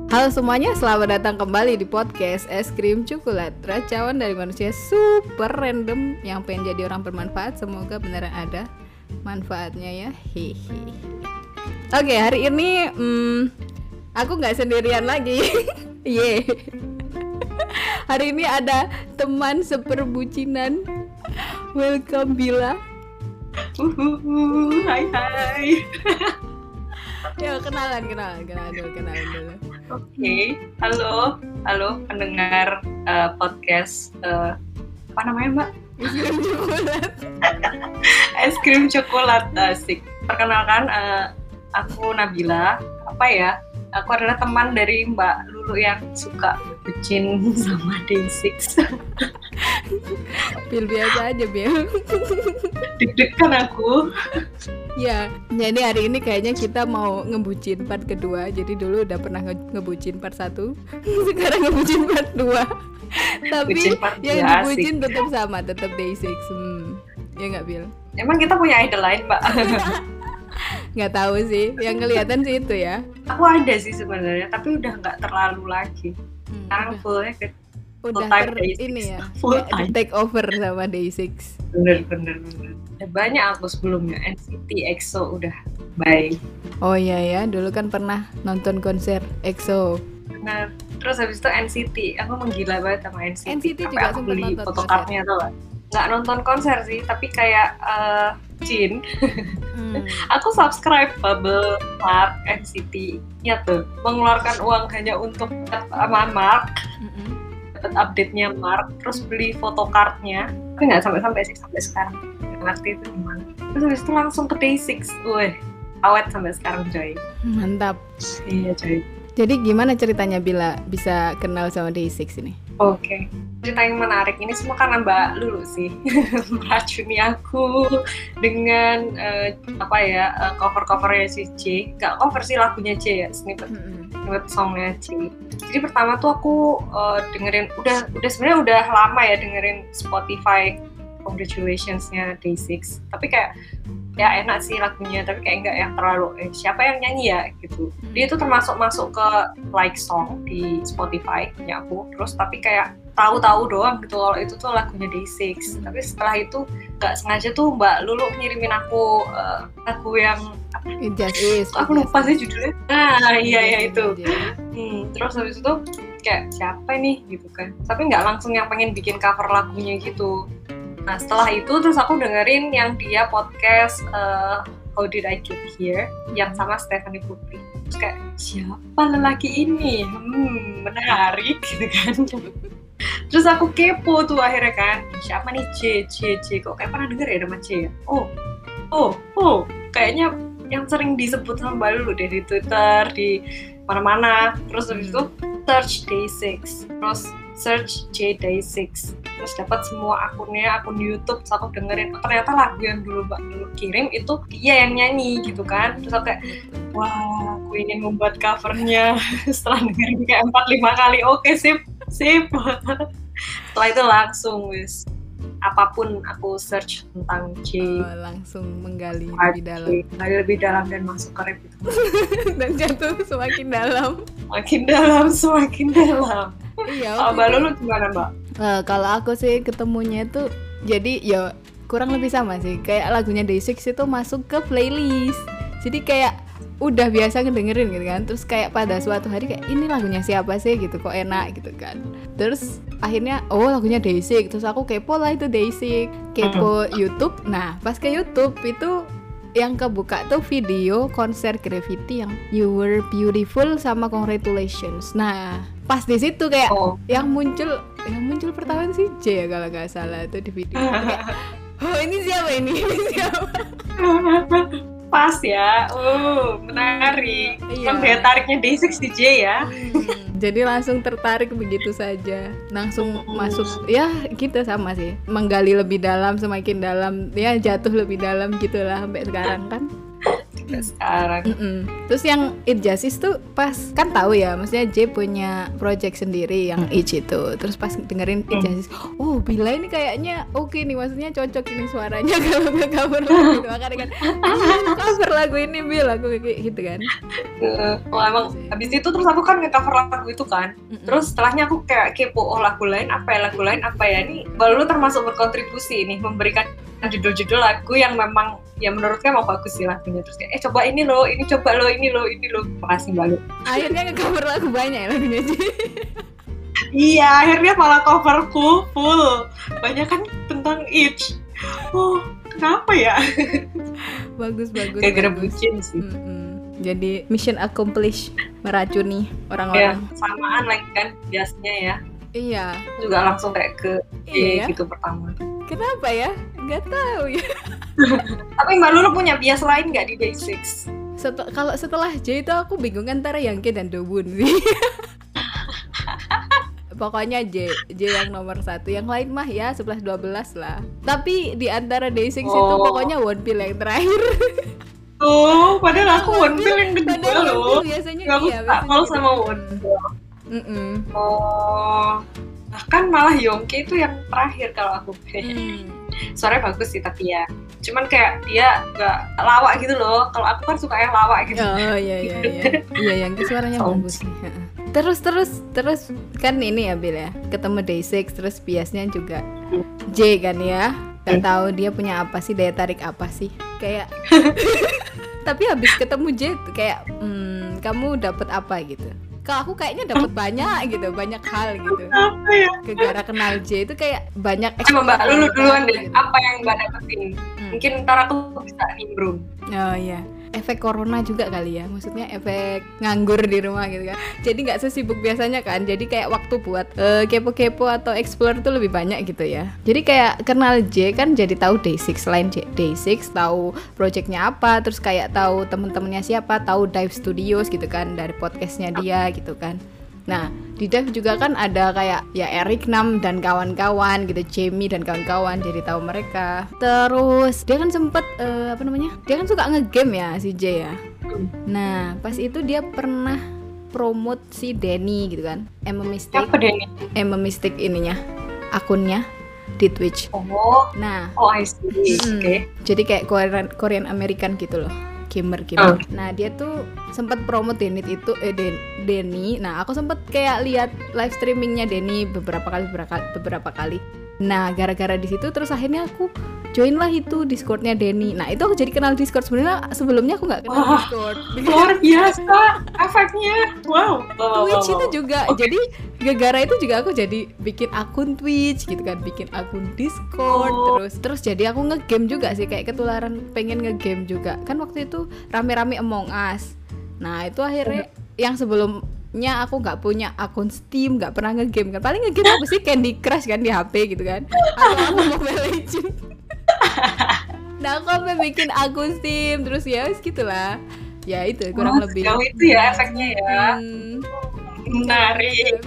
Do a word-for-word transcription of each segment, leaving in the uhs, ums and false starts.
Halo semuanya, selamat datang kembali di podcast Es Krim Coklat, racauan dari manusia super random yang pengen jadi orang bermanfaat. Semoga beneran ada manfaatnya ya. Hehe. Oke, hari ini hmm, aku nggak sendirian lagi. Ye. Hari ini ada teman seperbucinan. Welcome Bila. Uhuhu, hai hai. Ya kenalan, kenalan, kenalan dulu, kenalan dulu. Oke, okay. halo, halo pendengar uh, podcast uh, apa namanya Mbak? Es Krim Coklat. Es Krim Coklat, asik. Perkenalkan, uh, aku Nabila. Apa ya? Aku adalah teman dari Mbak Lulu yang suka bucin sama day six. Bil biasa aja Bil. Deg-degan aku. Ya, jadi hari ini kayaknya kita mau ngebucin part kedua. Jadi dulu udah pernah nge- ngebucin part satu, sekarang ngebucin part dua. Tapi part yang dua, dibucin asik. tetap sama, tetap day six. Hmm. Ya nggak Bil? Emang kita punya idol lain Mbak? Nggak tahu sih, yang kelihatan sih itu ya. Aku ada sih sebenarnya, tapi udah nggak terlalu lagi. Hmm, Sekarang udah fullnya ke udah full time ter day six. ini ya, Full kayak time. take over sama day six. Bener bener bener. Ada banyak aku sebelumnya N C T, E X O udah bye. Oh iya ya, dulu kan pernah nonton konser E X O. Bener. Terus habis itu N C T, aku menggila banget sama N C T. N C T Sampai juga aku sempet beli nonton photocardnya tuh lah. Nggak nonton konser sih, tapi kayak uh, Jin. Hmm. Aku subscribe Bubble Mark N C T. Ya tuh, mengeluarkan uang hanya untuk sama Mark. Mm-mm. Dapat update-nya Mark, terus beli photocardnya. Tapi nggak sampai-sampai sih sampai sekarang. Ngerti itu gimana. Terus habis itu langsung ke day six. Wih, awet sampai sekarang coy. Mantap. Iya coy. Jadi gimana ceritanya Bila bisa kenal sama day six ini? Oke, okay. Cerita yang menarik ini semua karena Mbak Lulu sih meracuni aku dengan uh, apa ya uh, cover-covernya si C, nggak cover sih lagunya C ya, snippet Mm-mm. snippet songnya C. Jadi pertama tuh aku uh, dengerin, udah udah sebenarnya udah lama ya dengerin Spotify Congratulations-nya day six, tapi kayak ya enak sih lagunya, tapi kayak enggak yang terlalu eh, siapa yang nyanyi ya gitu. Dia itu termasuk masuk ke like song di Spotify punya aku, terus tapi kayak tahu-tahu doang gitu kalau itu tuh lagunya day six. Tapi setelah itu nggak sengaja tuh Mbak Lulu ngirimin aku uh, lagu yang apa? It just is. Aku it lupa just sih is. judulnya. Nah iya ya It itu. just is. Hmm, terus habis itu kayak siapa nih gitu kan. Tapi nggak langsung yang pengen bikin cover lagunya gitu. Nah setelah itu terus aku dengerin yang dia podcast uh, How Did I Get Here yang sama Stephanie Putri. Terus kayak siapa lelaki ini? Hmm menarik gitu kan. Terus aku kepo tuh akhirnya kan, siapa nih C, C, C, kok kayak pernah denger ya nama C ya? Oh, oh, oh, kayaknya yang sering disebut sama Mbak Lulu deh di Twitter, di mana-mana. Terus habis itu search day six, terus search J day six, terus dapat semua akunnya, akun YouTube. Terus aku dengerin, oh, ternyata lagu yang dulu Mbak Lulu kirim itu dia yang nyanyi gitu kan. Terus aku kayak, wah, aku ingin membuat covernya. Setelah dengerin kayak empat lima kali, oke sip, sip. Setelah itu langsung wis apapun aku search tentang J. Oh, langsung menggali lebih dalam. Menggali lebih dalam dan masuk ke rap itu. Dan jatuh semakin dalam. Makin dalam, semakin dalam. Iya. Kalau Mbak Lulu gimana Mbak? Uh, kalau aku sih ketemunya tuh jadi ya kurang lebih sama sih. Kayak lagunya day six itu masuk ke playlist. Jadi kayak udah biasa ngedengerin gitu kan. Terus kayak pada suatu hari kayak ini lagunya siapa sih gitu, kok enak gitu kan. Terus akhirnya oh lagunya day six. Terus aku kepo lah itu day six. Kepo hmm. YouTube. Nah pas ke YouTube itu yang kebuka tuh video konser Gravity yang You Were Beautiful sama Congratulations. Nah pas di situ kayak oh. yang muncul yang muncul pertama sih J ya kalau nggak salah itu di video. Kayak, oh ini siapa ini? Ini siapa? Pas ya, uh, menarik. Iya. Kan daya tariknya day six di J ya. Hmm, jadi langsung tertarik begitu saja, langsung hmm. masuk. Ya gitu sama sih, menggali lebih dalam, semakin dalam, ya jatuh lebih dalam gitulah sampai sekarang kan. sampai sekarang. Mm-mm. Terus yang It Justice tuh pas kan tahu ya, maksudnya J punya project sendiri yang Itch itu. Terus pas dengerin It Justice, oh Bila ini kayaknya oke nih, maksudnya cocok ini suaranya kalau nggak cover lagu gitu. Makanya kan cover lagu ini Bil, aku kayak gitu kan. Uh, oh emang habis itu terus aku kan nge-cover lagu itu kan. Mm-mm. Terus setelahnya aku kayak kepo, oh lagu lain apa ya, lagu lain apa ya. Ini baru termasuk berkontribusi nih, memberikan judul-judul lagu yang memang ya menurutnya mau bagus sih lagunya. Terus kayak eh coba ini loh, ini coba loh, ini loh, ini loh. Makasih Mbak Lu. Akhirnya nge-cover lagu banyak ya lagunya sih. Iya, akhirnya malah coverku full. Banyak kan tentang Itch. Oh, kenapa ya? Bagus-bagus. Gara-gara bucin sih. Mm-mm. Jadi mission accomplished, meracuni orang-orang. Ya, samaan lagi kan biasanya ya. Iya. Juga langsung kayak ke iya, gitu pertama. Kenapa ya? Gak tahu ya. Tapi Mbak Lulu punya bias lain nggak di Day Six? Set- kalau setelah J itu aku bingung antara Yangke dan Dowoon sih. Pokoknya J, J yang nomor satu. Yang lain mah ya sebelas dua belas lah. Tapi di antara Day Six oh. itu pokoknya Wonpil yang terakhir. Oh, padahal aku Wonpil yang kedua loh. Biasanya aku iya. Kalau sama Wonpil. Mm-mm. Oh, bahkan malah Yongke itu yang terakhir kalau aku. Mm. Suaranya bagus sih tapi ya. Cuman kayak dia nggak lawak gitu loh. Kalau aku kan suka yang lawak gitu. Oh iya iya iya. Iya Yongke suaranya bagus sih. Terus terus terus kan ini ya Bil ya. Ketemu Day Six terus biasanya juga J kan ya. Gak tahu dia punya apa sih, daya tarik apa sih kayak. Tapi habis ketemu J kayak hmm, kamu dapat apa gitu. Kalau aku kayaknya dapat banyak gitu, banyak hal gitu. Apa ya? Gara-gara kenal J itu kayak banyak. Coba Mbak Lulu duluan deh, gitu. Apa yang Mbak dapetin? Hmm. Mungkin ntar aku bisa nimbrung. Oh iya, efek corona juga kali ya, maksudnya efek nganggur di rumah gitu kan. Jadi nggak sesibuk biasanya kan, jadi kayak waktu buat uh, kepo-kepo atau explore tuh lebih banyak gitu ya. Jadi kayak kenal J kan jadi tahu Day Six, selain J, Day Six tahu projectnya apa, terus kayak tahu temen-temennya siapa, tahu Dive Studios gitu kan dari podcastnya dia gitu kan. Nah, di Dive juga kan ada kayak ya Eric Nam dan kawan-kawan gitu, Jamie dan kawan-kawan, jadi tahu mereka. Terus dia kan sempet uh, apa namanya? Dia kan suka nge-game ya si J ya. Nah, pas itu dia pernah promote si Denny gitu kan. Emma Mystic. Apa Denny? Emma Mystic ininya, akunnya di Twitch. Oh. Nah, oh I see. Mm-hmm. Oke. Okay. Jadi kayak Korean Korean American gitu loh. Gamer gamer. Oh. Nah dia tuh sempat promote Denny itu eh Den, Denny. Nah aku sempat kayak lihat live streamingnya Denny beberapa kali beberapa, beberapa kali. Nah gara-gara di situ terus akhirnya aku join lah itu Discordnya Denny. Nah itu aku jadi kenal Discord. Sebenarnya sebelumnya aku nggak kenal oh, Discord. Luar biasa efeknya. Wow. Twitch wow, wow. itu juga. Okay. Jadi gara-gara itu juga aku jadi bikin akun Twitch gitu kan, bikin akun Discord oh. terus terus jadi aku nge-game juga sih, kayak ketularan pengen nge-game juga. Kan waktu itu rame-rame Among Us. Nah itu akhirnya oh. yang sebelumnya aku nggak punya akun Steam, nggak pernah nge-game kan. Paling nge-game apa sih Candy Crush kan di H P gitu kan. Atau aku Mobile Legends. Nah aku sampai bikin akun Steam terus ya gitulah. Ya itu kurang oh, lebih. Jauh itu ya efeknya ya. Hmm. Menarik.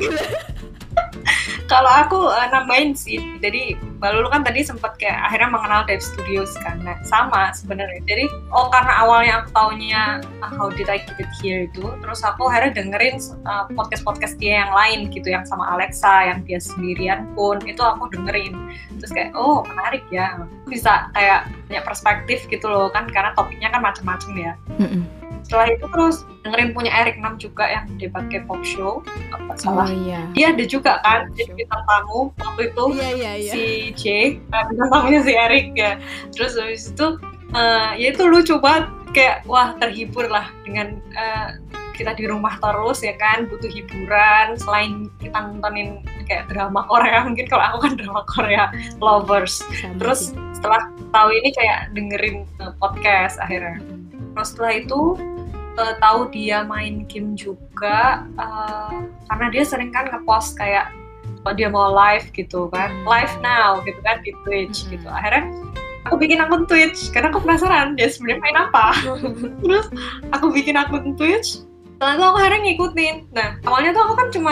Kalau aku uh, nambahin sih, jadi Mbak Lulu kan tadi sempat kayak akhirnya mengenal Dive Studios kan, nah, sama sebenarnya. Jadi oh karena awalnya aku taunya uh, How Did I Get It Here itu, terus aku akhirnya dengerin uh, podcast-podcast dia yang lain gitu, yang sama Alexa, yang dia sendirian pun itu aku dengerin. Terus kayak oh menarik ya, bisa kayak punya perspektif gitu loh kan, karena topiknya kan macam-macam ya. Mm-mm. Setelah itu terus dengerin punya Eric Nam juga yang dia pakai pop show, apa salah? Oh, iya. Dia ada juga kan jadi bintang tamu waktu itu iya, iya, iya. si J, bintang tamunya si Eric ya. Terus habis itu uh, ya itu lucu banget, kayak wah terhibur lah dengan uh, kita di rumah terus ya kan, butuh hiburan selain kita nontonin kayak drama Korea. Mungkin kalau aku kan drama Korea lovers. Sama terus sih. Setelah tahu ini kayak dengerin uh, podcast akhirnya. Terus setelah itu uh, tahu dia main game juga, uh, karena dia sering kan ngepost kayak kalau dia mau live gitu kan, live now gitu kan di Twitch gitu. Akhirnya aku bikin akun Twitch karena aku penasaran dia sebenarnya main apa. Terus aku bikin akun Twitch, setelah itu aku akhirnya ngikutin. Nah awalnya tuh aku kan cuman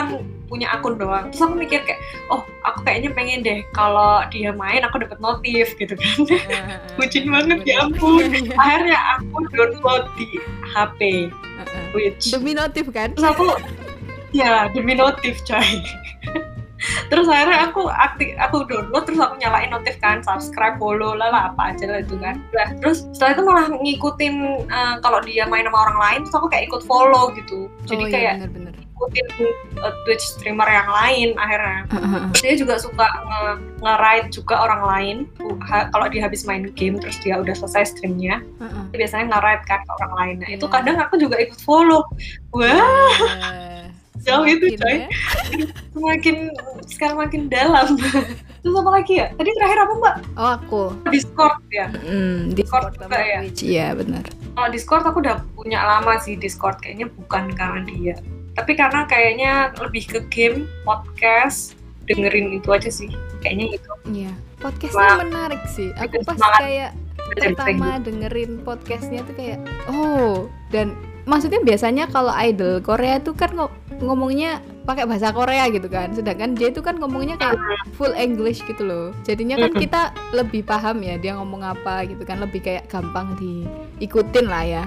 punya akun doang. Terus aku mikir kayak, oh aku kayaknya pengen deh kalau dia main aku dapat notif gitu kan. Bucin banget ya ampun. Akhirnya aku download di H P. Which, demi notif kan? Terus aku ya demi notif coy. Terus akhirnya aku aktif, aku download terus aku nyalain notif kan, subscribe, follow lah, lah apa aja lah itu kan. Nah, terus setelah itu malah ngikutin uh, kalau dia main sama orang lain, terus aku kayak ikut follow gitu. Jadi oh, kayak iya, bener-bener. Ikutin uh, Twitch streamer yang lain akhirnya. Uh-huh. Dia juga suka nge- nge-raid juga orang lain. Ha- kalau dia habis main game terus dia udah selesai streamnya, uh-huh. dia biasanya nge-raid kan ke orang lain. Nah yeah. itu kadang aku juga ikut follow. Wah. Yeah. Jauh itu coy ya? Semakin sekarang makin dalam. Terus apa lagi ya? Tadi terakhir apa mbak? Oh aku Discord ya? Mm, Discord, Discord juga ya? Iya benar. Kalau Discord aku udah punya lama sih Discord. Kayaknya bukan karena dia, tapi karena kayaknya lebih ke game, podcast, dengerin itu aja sih. Kayaknya itu. Iya, podcastnya nah, menarik sih. Aku pas kayak pertama dengerin podcastnya tuh kayak oh, dan maksudnya biasanya kalau idol Korea tuh kan ngomongnya pakai bahasa Korea gitu kan, sedangkan dia itu kan ngomongnya kayak full English gitu loh, jadinya kan kita lebih paham ya dia ngomong apa gitu kan, lebih kayak gampang diikutin lah ya.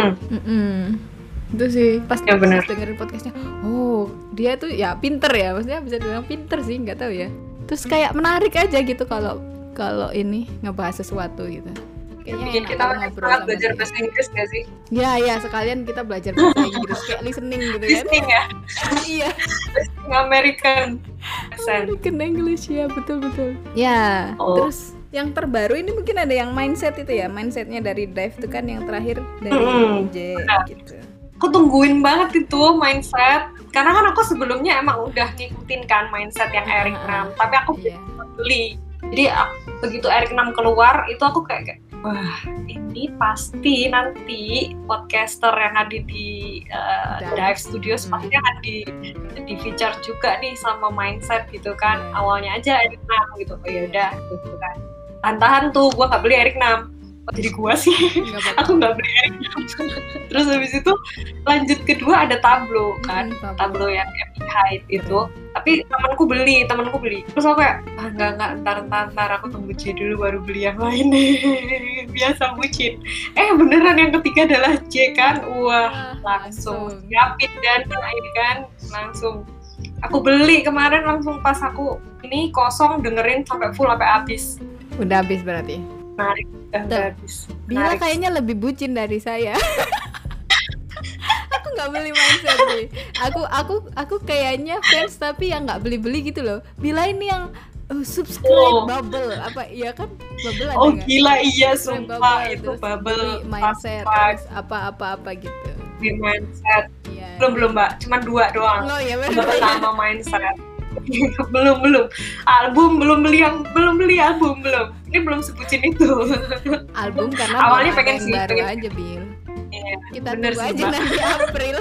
Mm. Itu sih pas ya, dengerin podcastnya, oh dia tuh ya pinter ya, maksudnya bisa dibilang pinter sih, nggak tahu ya, terus kayak menarik aja gitu kalau kalau ini ngebahas sesuatu gitu. Kayaknya kita ngobrol belajar bahasa Inggris nggak sih? Ya ya sekalian kita belajar bahasa Inggris kayak listening gitu kan? Listening ya? Iya. Listening American accent. American English ya betul betul. Ya oh. Terus yang terbaru ini mungkin ada yang mindset itu ya, mindsetnya dari Dive itu kan yang terakhir dari hmm. J gitu. Aku tungguin banget itu mindset, karena kan aku sebelumnya emang udah ngikutin kan mindset yang Eric Nam, tapi aku yeah. beli. Jadi aku, begitu Eric Nam keluar itu aku kayak, kayak wah ini pasti nanti podcaster yang ada di uh, Dive Studios hmm. pasti akan di, di feature juga nih sama mindset gitu kan. Hmm. Awalnya aja Eric Nam gitu, oh yaudah gitu kan. Tahan-tahan tuh, gue gak beli Eric Nam. Oh, jadi gue sih, aku gak beli Eric Nam. Terus habis itu lanjut kedua ada Tablo kan, hmm, Tablo yang Epic Height itu. Tapi temanku beli, temanku beli. Terus aku kayak, ah enggak, enggak, ntar, ntar, ntar, aku tunggu J dulu baru beli yang lain. Biasa bucin. Eh beneran yang ketiga adalah J kan, wah langsung siapin dan ini kan, langsung. Aku beli kemarin langsung pas aku ini kosong dengerin sampai full, sampai habis. Udah habis berarti? Menarik, udah habis. Bila kayaknya lebih bucin dari saya. Aku nggak beli mindset sih. Aku aku aku kayaknya fans tapi yang nggak beli-beli gitu loh. Bila ini yang uh, subscribe oh. Bubble apa iya kan Bubble ada oh gak? Gila iya sumpah itu Bubble mindset terus apa-apa-apa gitu. Di mindset yeah. belum belum mbak, cuma dua doang. Oh iya benar. Pertama mindset. belum belum album belum beli yang belum beli album belum. Ini belum sebutin itu. Album karena awalnya pengen sih baru pengen. aja Bil. Iya, kita tunggu aja mbak. Nanti April.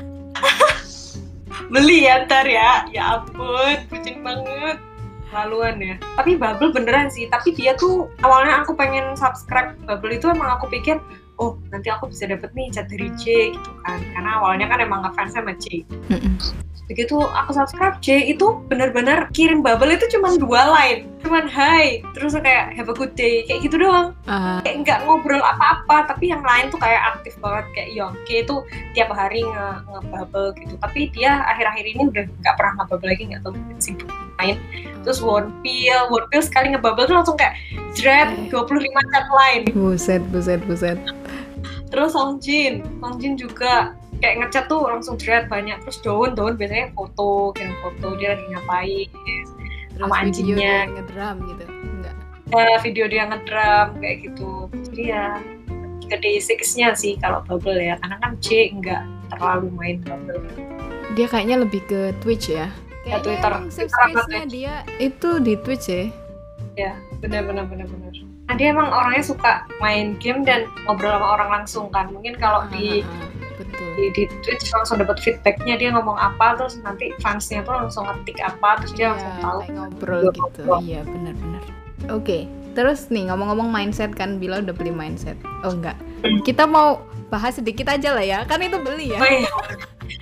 Beli ya ntar ya. Ya ampun, bucin banget. Laluan ya. Tapi Bubble beneran sih. Tapi dia tuh awalnya aku pengen subscribe Bubble itu emang aku pikir oh nanti aku bisa dapet nih chat dari J gitu kan. Karena awalnya kan emang ngefans sama J. Begitu aku subscribe J itu benar-benar kirim Bubble itu cuma dua line, cuman hai, terus kayak have a good day, kayak gitu doang. Uh. Kayak nggak ngobrol apa-apa, tapi yang lain tuh kayak aktif banget, kayak Yongke itu tiap hari nge nge-bubble gitu. Tapi dia akhir-akhir ini udah nggak pernah nge-bubble lagi, nggak tahu sibuk main. Terus Wonpil, Wonpil sekali nge-bubble tuh langsung kayak dread dua puluh lima chat line. Buset, buset, buset. Terus Songjin, Songjin juga kayak ngechat tuh langsung dread banyak. Terus Dawn, Dawn biasanya foto, kirim foto dia lagi ngapain sama anjingnya, ngedram gitu, enggak? Ya, video dia ngedram kayak gitu. Jadi ya ke D enam-nya sih kalau Bubble ya, karena kan J enggak terlalu main Bubble. Dia kayaknya lebih ke Twitch ya. Ya Twitter. Space-nya dia itu di Twitch ya. Ya, benar-benar benar-benar. Nah, dia emang orangnya suka main game dan ngobrol sama orang langsung kan. Mungkin kalau ah, di betul. Di, di Twitch langsung dapat feedbacknya dia ngomong apa, terus nanti fansnya tuh langsung ngetik apa, terus dia ya, langsung tahu ngobrol gitu. Ngobrol. Iya benar-benar. Oke, okay. Terus nih ngomong-ngomong mindset kan, Bila udah beli mindset. Oh enggak, kita mau bahas sedikit aja lah ya, kan itu beli ya. Oh, iya.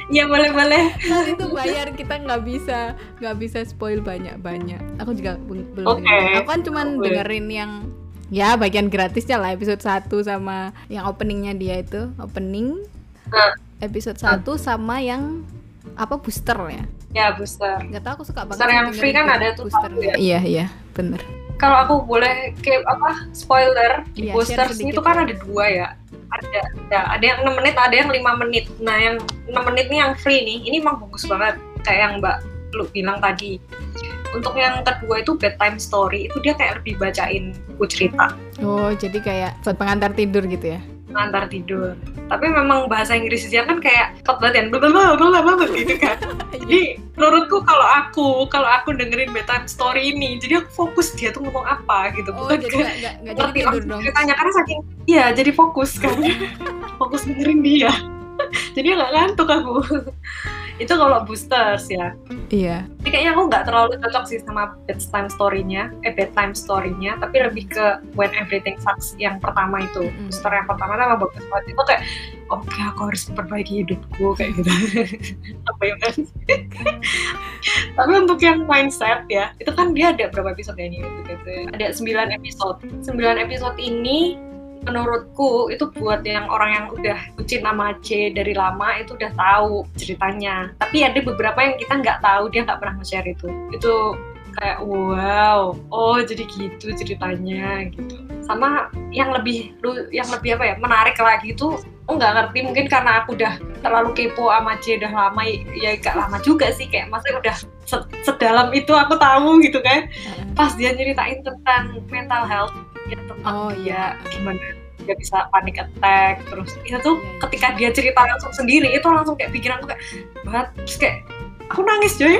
Iya boleh-boleh. Kalau itu bayar kita nggak bisa nggak bisa spoil banyak-banyak. Aku juga belum belum Oke. dengerin. Aku kan cuman Boleh. dengerin yang ya bagian gratisnya lah, episode satu sama yang openingnya dia itu, opening Nah, episode satu sama yang apa booster ya. ya booster. Nggak tahu, aku suka banget Booster sih yang free dengerin kan ada tuh boosternya. satu ya. Iya iya bener. Kalau aku boleh ke apa spoiler di Iya, share boosters sedikit itu kan ya. ada dua ya. Ada, ada, ada yang enam menit, ada yang lima menit. Nah, yang enam menit nih yang free nih, ini emang bagus banget. Kayak yang Mbak lu bilang tadi. Untuk yang kedua itu bedtime story, itu dia kayak lebih bacain buku cerita Oh jadi kayak buat pengantar tidur gitu ya. antar tidur. Tapi memang bahasa Inggrisnya kan kayak cepet banget ya, blablabla gitu kan. Jadi menurutku kalau aku kalau aku dengerin bedtime story ini, jadi aku fokus dia tuh ngomong apa gitu. Oh Bukan jadi kayak nggak nggak nggak jadi ngerti tidur langsung dong. ceritanya karena saking iya jadi fokus kan. Fokus dengerin dia. Jadi nggak ngantuk aku. Itu kalau boosters ya. Iya. Tapi kayaknya aku nggak terlalu cocok sih sama bedtime story-nya, eh bedtime story-nya, tapi lebih ke When Everything Sucks yang pertama itu. Mm-mm. Booster yang pertama itu emang bagus banget. Itu kayak, oke aku harus memperbaiki hidupku kayak gitu. Apa ya kan? Tapi untuk yang mindset ya, itu kan dia ada berapa episode ya ini? Gitu. Ada sembilan episode. sembilan episode ini menurutku itu buat yang orang yang udah bucin sama C dari lama itu udah tahu ceritanya. Tapi ada beberapa yang kita nggak tahu, dia nggak pernah nge-share itu. Itu kayak wow, oh jadi gitu ceritanya gitu. Sama yang lebih yang lebih apa ya menarik lagi itu, oh nggak ngerti mungkin karena aku udah terlalu kepo sama C udah lama ya gak lama juga sih kayak maksudnya udah sedalam itu aku tahu gitu kan. Pas dia nyeritain tentang mental health ya, tentang Oh, dia gimana dia bisa panic attack terus itu tuh Iya, iya. ketika dia cerita langsung sendiri itu langsung kayak pikiran aku kayak banget terus kayak aku nangis coy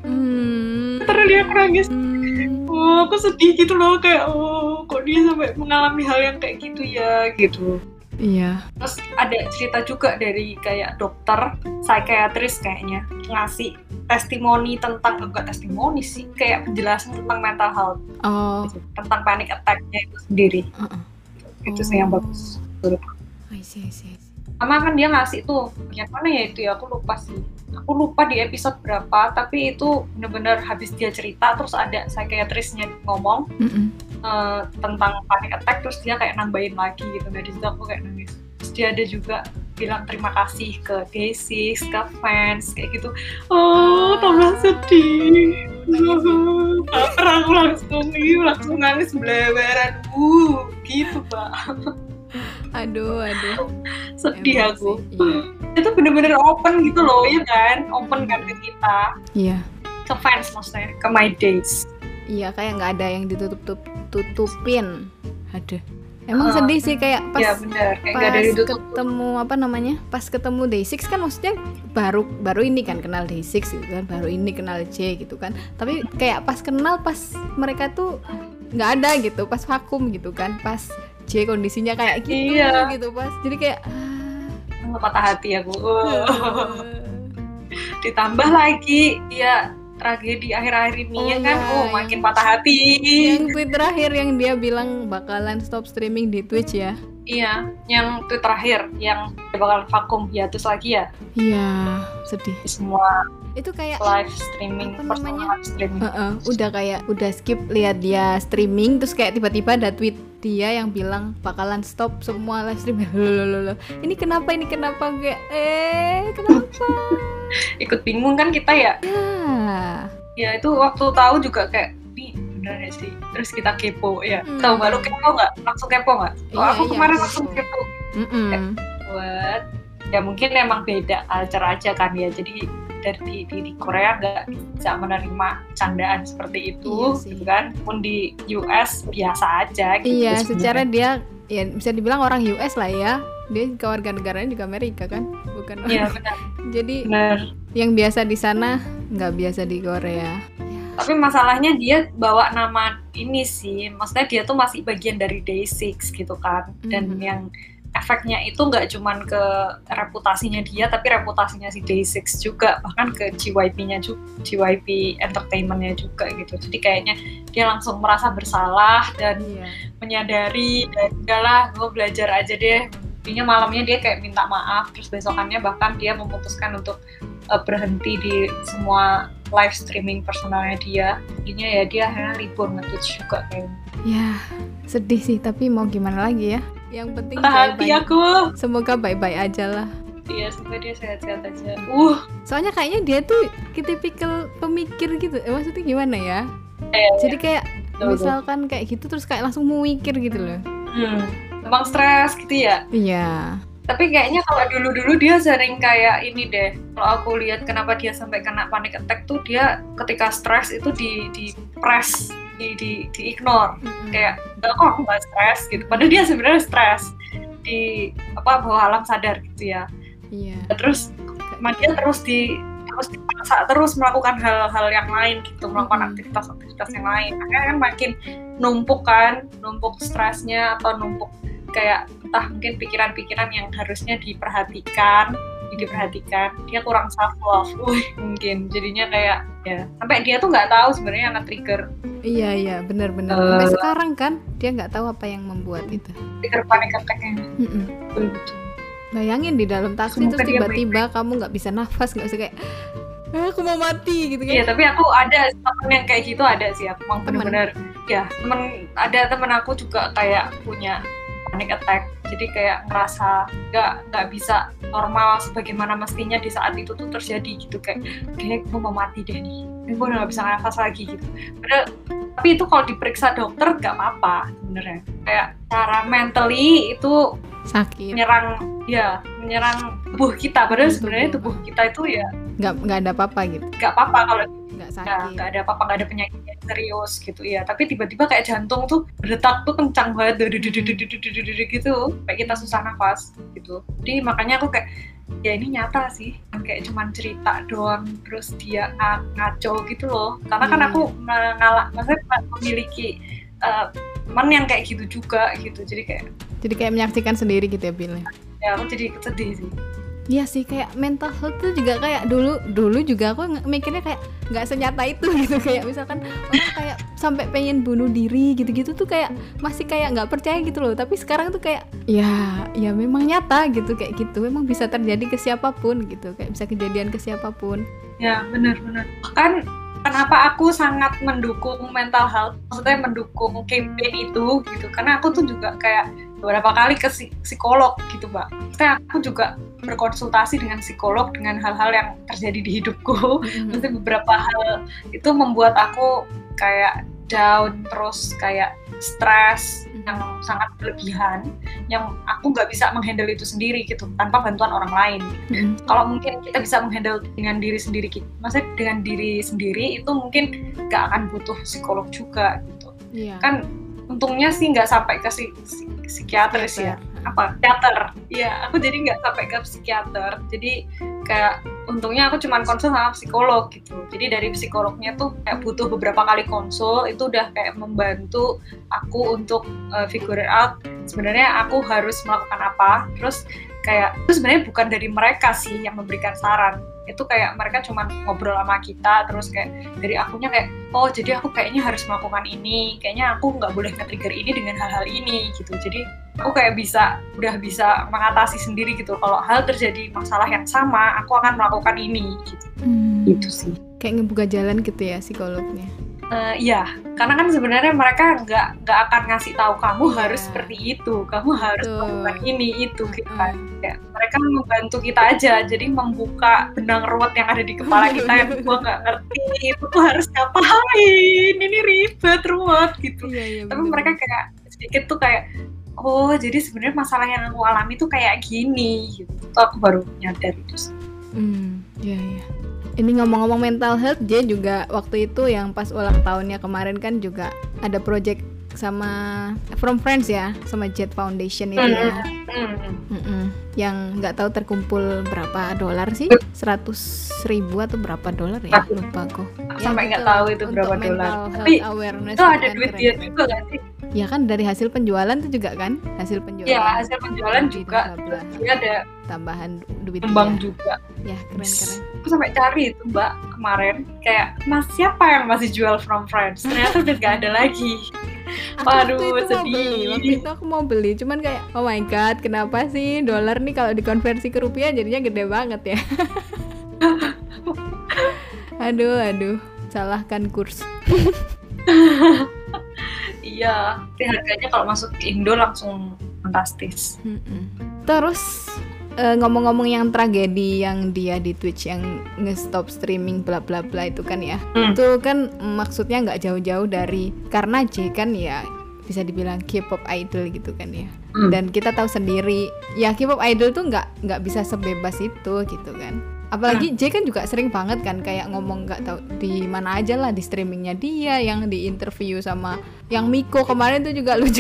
Hmm. terus dia aku nangis Hmm. oh aku sedih gitu loh kayak oh kok dia sampai mengalami hal yang kayak gitu ya gitu. Iya. Terus ada cerita juga dari kayak dokter psikiatris kayaknya ngasih testimoni tentang enggak testimoni sih kayak penjelasan tentang mental health Oh. gitu, tentang panic attack-nya itu sendiri. Uh-uh. Itu sih yang bagus menurutku. I see, I see, I see. Sama kan dia ngasih tuh yang mana ya itu ya aku lupa sih aku lupa di episode berapa tapi itu bener-bener habis dia cerita terus ada psikiatrisnya ngomong Mm-mm. uh, tentang panic attack terus dia kayak nambahin lagi gitu. Nah di situ aku kayak nangis. Terus dia ada juga bilang terima kasih ke Day six, ke fans kayak gitu. Oh tambah sedih. Baper aku langsung nih langsung nangis bleberan uh gitu Pak. Aduh, aduh. Sedih Emang aku. sih, iya. Itu bener-bener open gitu loh ya kan, open kan ke kita, Iya. ke fans maksudnya, ke My Days. Iya, kayak nggak ada yang ditutup-tutupin. Aduh. Emang Uh, sedih sih kayak pas Ya bener, kayak pas gak dari itu tuh. ketemu apa namanya? Pas ketemu Day six kan maksudnya baru baru ini kan kenal Day six gitu kan, baru ini kenal J gitu kan. Tapi kayak pas kenal pas mereka tuh nggak ada gitu, pas vakum gitu kan, pas J kondisinya kayak gitu Iya. gitu pas. Jadi kayak Patah hati aku. Uh. Ditambah lagi, ya tragedi akhir-akhir ini Oh, ya kan, iya, oh yang- makin patah hati. yang tweet terakhir yang dia bilang bakalan stop streaming di Twitch ya. Iya, yang tweet terakhir, yang dia bakal vakum hiatus lagi ya, Iya, sedih. di semua Itu kayak live streaming, Apa personal namanya? live streaming. Heeh, udah kayak udah skip lihat dia streaming terus kayak tiba-tiba ada tweet dia yang bilang bakalan stop semua live streaming. Loh, ini kenapa ini kenapa kayak eh kenapa? Ikut bingung kan kita ya. Ya. Ya itu waktu tahu juga kayak nih bener ya sih. Terus kita kepo ya. Hmm. Tahu nggak lu kepo nggak? Langsung kepo nggak? Oh, Iya, aku iya, kemarin kepo. langsung kepo. Mm-mm. Buat ya mungkin emang beda culture aja kan ya. Jadi dari di, di Korea nggak bisa menerima candaan seperti itu, Iya sih. gitu kan? Pun di U S biasa aja. Gitu, Iya, sebenarnya. secara dia ya bisa dibilang orang U S lah ya. Dia kewarganegaraan juga Amerika kan, bukan Iya orang. benar. Jadi Benar. yang biasa di sana nggak biasa di Korea. Tapi masalahnya dia bawa nama ini sih, maksudnya dia tuh masih bagian dari Day six gitu kan, dan Mhm. yang efeknya itu nggak cuman ke reputasinya dia, tapi reputasinya si Day six juga, bahkan ke J Y P-nya juga, J Y P Entertainment-nya juga gitu. Jadi kayaknya dia langsung merasa bersalah dan Iya. menyadari dan udahlah gue belajar aja deh Jadinya malamnya dia kayak minta maaf, terus besokannya bahkan dia memutuskan untuk uh, berhenti di semua live streaming personalnya dia. Jadinya ya dia akhirnya libur nge-Twitch juga kayaknya. Ya, sedih sih, tapi mau gimana lagi ya. Yang penting hati aku. Semoga baik-baik aja lah. Iya, semoga dia sehat-sehat aja. Uh. Soalnya kayaknya dia tuh tipikal pemikir gitu. Eh, maksudnya gimana ya? Eh, Jadi kayak betul, misalkan kayak gitu terus kayak langsung mau mikir gitu loh. Hmm. Emang stres gitu ya? Iya. Tapi kayaknya kalau dulu-dulu dia sering kayak ini deh. Kalau aku lihat kenapa dia sampai kena panic attack tuh dia ketika stres itu di di press, di di, di ignore. Mm-hmm. Kayak enggak kok aku nggak stres gitu. Padahal dia sebenarnya stres di apa bawah alam sadar gitu ya. Iya. Terus dia terus di terus dipaksa terus melakukan hal-hal yang lain gitu, melakukan mm-hmm. aktivitas-aktivitas yang lain. Akhirnya kan makin numpuk kan, numpuk stresnya atau numpuk kayak entah mungkin pikiran-pikiran yang harusnya diperhatikan, diperhatikan, dia kurang self love, wih mungkin jadinya kayak ya sampai dia tuh nggak tahu sebenarnya yang nge-trigger. Iya iya benar-benar. Uh, sampai sekarang kan dia nggak tahu apa yang membuat itu. Trigger panic attack-nya. Betul-betul. Bayangin di dalam taksi semoga terus tiba-tiba kamu nggak bisa nafas, nggak bisa kayak ah, aku mau mati gitu kan. Iya, tapi aku ada temen yang kayak gitu ada sih, aku mau benar-benar ya temen ada temen aku juga kayak punya panic attack, jadi kayak ngerasa nggak nggak bisa normal sebagaimana mestinya di saat itu tuh terjadi gitu, kayak kayak gue mau mati deh nih, gue udah nggak bisa nafas lagi gitu. Padahal tapi itu kalau diperiksa dokter nggak apa-apa sebenarnya, kayak cara mentally itu sakit menyerang ya menyerang tubuh kita, padahal sebenarnya tubuh kita itu ya nggak nggak ada apa-apa gitu, nggak apa-apa kalau nggak sakit, nggak ada apa-apa, nggak ada penyakit yang serius gitu ya, tapi tiba-tiba kayak jantung tuh berdetak tuh kencang banget gitu, kayak kita susah nafas gitu. Jadi makanya aku kayak ya ini nyata sih, kayak cuman cerita doang terus dia ngaco gitu loh, karena kan aku mengalami, maksudnya memiliki uh, teman yang kayak gitu juga gitu, jadi kayak jadi kayak menyaksikan sendiri gitu ya Bil. Ya aku jadi sedih sih. Iya sih, kayak mental health tuh juga kayak dulu dulu juga aku mikirnya kayak nggak senyata itu gitu, kayak misalkan orang kayak sampai pengen bunuh diri gitu-gitu tuh kayak masih kayak nggak percaya gitu loh, tapi sekarang tuh kayak ya ya memang nyata gitu, kayak gitu memang bisa terjadi ke siapapun gitu, kayak bisa kejadian ke siapapun. Ya benar-benar kan. Kenapa aku sangat mendukung mental health, maksudnya mendukung campaign itu gitu, karena aku tuh juga kayak beberapa kali ke psikolog gitu Mbak. Maksudnya aku juga berkonsultasi dengan psikolog dengan hal-hal yang terjadi di hidupku. Mm-hmm. Maksudnya beberapa hal itu membuat aku kayak down, terus kayak stres yang sangat berlebihan, yang aku nggak bisa menghandle itu sendiri gitu tanpa bantuan orang lain. Mm-hmm. Kalau mungkin kita bisa menghandle dengan diri sendiri, maksudnya dengan diri sendiri itu mungkin nggak akan butuh psikolog juga gitu. Yeah. Kan untungnya sih nggak sampai ke si, si, psikiater sih ya, apa psikiater. Iya, aku jadi nggak sampai ke psikiater. Jadi kayak untungnya aku cuma konsul sama psikolog gitu. Jadi dari psikolognya tuh kayak butuh beberapa kali konsul, itu udah kayak membantu aku untuk uh, figure out sebenarnya aku harus melakukan apa. Terus kayak itu sebenarnya bukan dari mereka sih yang memberikan saran. Itu kayak mereka cuma ngobrol sama kita, terus kayak dari akunya kayak oh jadi aku kayaknya harus melakukan ini, kayaknya aku nggak boleh nge-trigger ini dengan hal-hal ini gitu. Jadi aku kayak bisa udah bisa mengatasi sendiri gitu, kalau hal terjadi masalah yang sama aku akan melakukan ini gitu. Hmm. Itu sih kayak ngebuka jalan gitu ya psikolognya. Uh, iya, karena kan sebenarnya mereka nggak nggak akan ngasih tahu kamu yeah. harus seperti itu, kamu harus Tuh. melakukan ini itu gitu kan. Mm. Ya, mereka membantu kita aja, jadi membuka benang ruwet yang ada di kepala kita yang gua nggak ngerti itu tuh harus ngapain, ini ribet ruwet gitu. Yeah, yeah, Tapi bener. Mereka kayak sedikit tuh kayak oh jadi sebenarnya masalah yang aku alami tuh kayak gini gitu. Tuh aku baru nyadar itu sih. Hmm, iya yeah, iya. Yeah. Ini ngomong-ngomong mental health, dia juga waktu itu yang pas ulang tahunnya kemarin kan juga ada project sama From Friends ya, sama Jet Foundation itu mm-hmm. ya, mm-hmm. yang nggak tahu terkumpul berapa dolar sih, seratus ribu atau berapa dolar ya, lupa kok. Sampai nggak tahu itu berapa dolar. Tapi itu ada duit dia juga nggak sih? Ya kan dari hasil penjualan tuh juga kan, hasil penjualan. Iya, hasil penjualan juga. Bla, bla, bla. Dia ada tambahan duit kembang dia. juga. Ya keren-keren. Aku sampai cari itu Mbak kemarin, kayak Mas siapa yang masih jual From Friends? Ternyata udah gak ada lagi. Waduh, Waktu itu mau beli, sedih. waktu itu aku mau beli, cuman kayak oh my god, kenapa sih dolar nih kalau dikonversi ke rupiah jadinya gede banget ya. aduh, aduh, salahkan kurs. Iya, tapi harganya kalau masuk ke Indo langsung fantastis. Mm-mm. Terus eh, ngomong-ngomong yang tragedi yang dia di Twitch yang nge-stop streaming bla bla bla itu kan ya, Hmm. itu kan maksudnya nggak jauh-jauh dari karena J kan ya bisa dibilang K-pop idol gitu kan ya. Hmm. Dan kita tahu sendiri ya K-pop idol tuh nggak nggak bisa sebebas itu gitu kan. Apalagi J kan juga sering banget kan kayak ngomong nggak tahu di mana aja lah, di streamingnya dia, yang di interview sama yang Miko kemarin tuh juga lucu.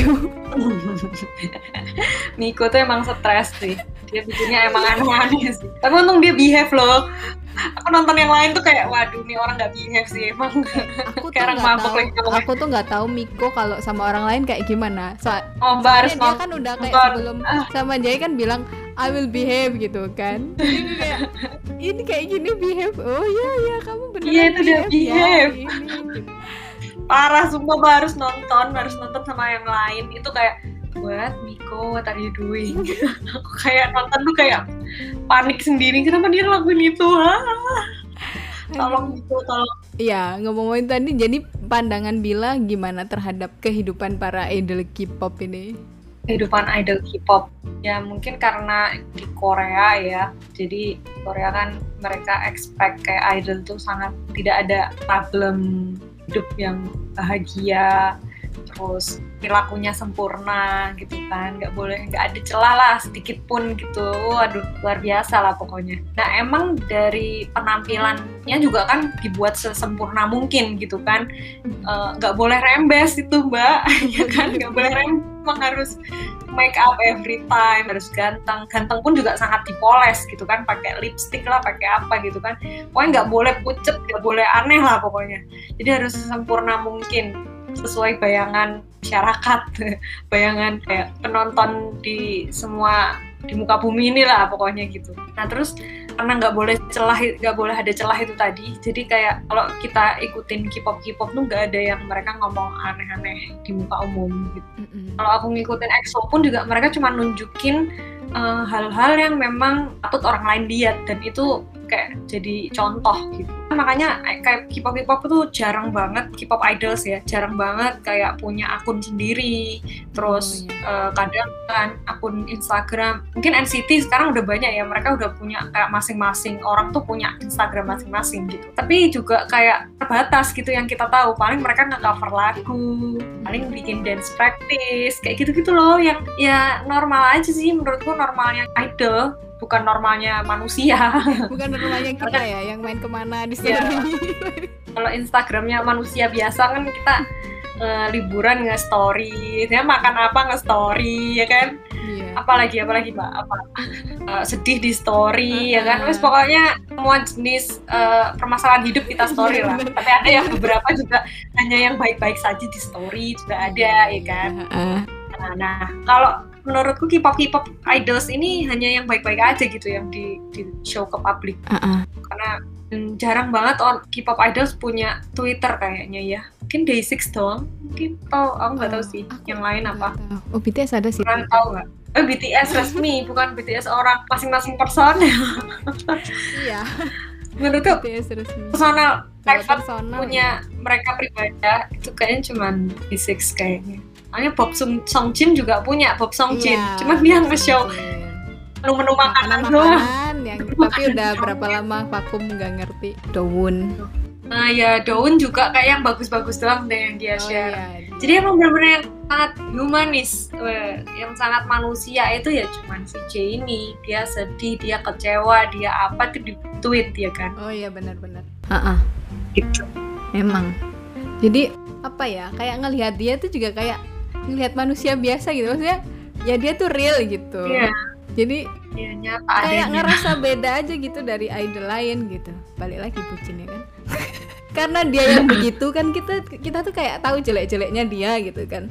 Miko tuh emang stres sih. Dia bikinnya emang aneh-aneh sih. Tapi untung dia behave loh. Aku nonton yang lain tuh kayak waduh nih orang nggak behave sih emang. Aku tuh Kayak orang nggak mabuk tahu, lagi ngomongnya. aku tuh nggak tahu Miko kalau sama orang lain kayak gimana. So, Oh, Mbak harus dia nonton. kan udah kayak nonton. sebelum Ah. sama Jay kan bilang I will behave gitu kan. Jadi kayak ini kayak gini behave. Oh iya iya kamu beneran Iya, itu dia behave. ya. Ini, gitu. Parah sumpah Mbak harus nonton, harus nonton sama yang lain. Itu kayak what Miko, what are you doing? Aku kayak nonton tuh kayak panik sendiri. Kenapa dia ngelakuin itu? Ah. Tolong Miko, tolong. Iya, ngomong-ngomongin tadi, jadi pandangan Bila gimana terhadap kehidupan para idol K-pop ini? Kehidupan idol K-pop ya mungkin karena di Korea ya, jadi Korea kan mereka expect kayak idol tuh sangat tidak ada problem hidup yang bahagia, terus perilakunya sempurna gitu kan, nggak boleh nggak ada celah lah sedikit pun gitu. Waduh luar biasa lah pokoknya. Nah emang dari penampilannya juga kan dibuat sesempurna mungkin gitu kan, nggak uh, boleh rembes itu Mbak. Ya kan, nggak boleh rembes, emang harus make up every time, harus ganteng. Ganteng pun juga sangat dipoles gitu kan, pakai lipstick lah, pakai apa gitu kan, pokoknya nggak boleh pucet, nggak boleh aneh lah pokoknya. Jadi harus sesempurna mungkin sesuai bayangan masyarakat, bayangan kayak penonton di semua di muka bumi ini lah pokoknya gitu. Nah terus karena nggak boleh celah, nggak boleh ada celah itu tadi, jadi kayak kalau kita ikutin K-pop K-pop tuh nggak ada yang mereka ngomong aneh-aneh di muka umum gitu. Mm-hmm. Kalau aku ngikutin EXO pun juga mereka cuma nunjukin uh, hal-hal yang memang patut orang lain lihat dan itu kayak jadi contoh gitu. Makanya kayak K-pop K-pop itu jarang banget, K-pop idols ya, jarang banget kayak punya akun sendiri. Terus oh, iya. uh, kadang kan akun Instagram, mungkin N C T sekarang udah banyak ya, mereka udah punya kayak masing-masing orang tuh punya Instagram masing-masing gitu. Tapi juga kayak terbatas gitu yang kita tahu, paling mereka nge-cover lagu, paling bikin dance practice, kayak gitu-gitu loh, yang ya normal aja sih menurutku, normalnya idol. Bukan normalnya manusia. Bukan normalnya kita ya, yang main kemana di story. Ya. Kalau Instagramnya manusia biasa kan kita uh, liburan nge-story, ya makan apa nge-story, ya kan? Yeah. Apalagi, apalagi Mbak, apa? Uh, sedih di story, uh-huh. ya kan? Terus pokoknya semua jenis uh, permasalahan hidup kita story lah. Tapi ada yang beberapa juga hanya yang baik-baik saja di story juga ada, ya kan? Uh-huh. Nah, nah kalau menurutku K-pop K-pop idols ini hanya yang baik-baik aja gitu yang di, di show ke publik. Uh-uh. Karena hmm, jarang banget orang K-pop idols punya Twitter kayaknya ya. Mungkin day six doang. Mungkin tau, aku nggak oh, tahu sih. Yang lain apa? Tahu. Oh B T S ada sih. Kalian tahu nggak? Oh B T S resmi, bukan B T S orang masing-masing personel. Iya. Menurutku B T S resmi. Personal private ya. punya mereka pribadi itu kayaknya cuma B six kayaknya. Soalnya Bob Songjin juga punya Bob Songjin, iya, cuma dia nge-show menu-menu makanan doang. Yang tapi udah berapa lama vakum nggak ngerti. Dowoon. Nah ya Dowoon juga kayak yang bagus-bagus doang deh yang dia oh, share. Iya, Jadi emang benar-benar yang sangat humanis, yang sangat manusia itu ya cuman si J ini. Dia sedih, dia kecewa, dia apa tuh di tweet ya kan? Oh iya benar-benar. Uh-uh. Gitu. Emang. Jadi apa ya? Kayak ngelihat dia tuh juga kayak ngelihat manusia biasa gitu, maksudnya ya dia tuh real gitu. Iya. Jadi ya, nyata kayak adanya. ngerasa beda aja gitu dari idol lain gitu. Balik lagi bucin ya kan. Karena dia yang begitu kan kita kita tuh kayak tahu jelek-jeleknya dia gitu kan.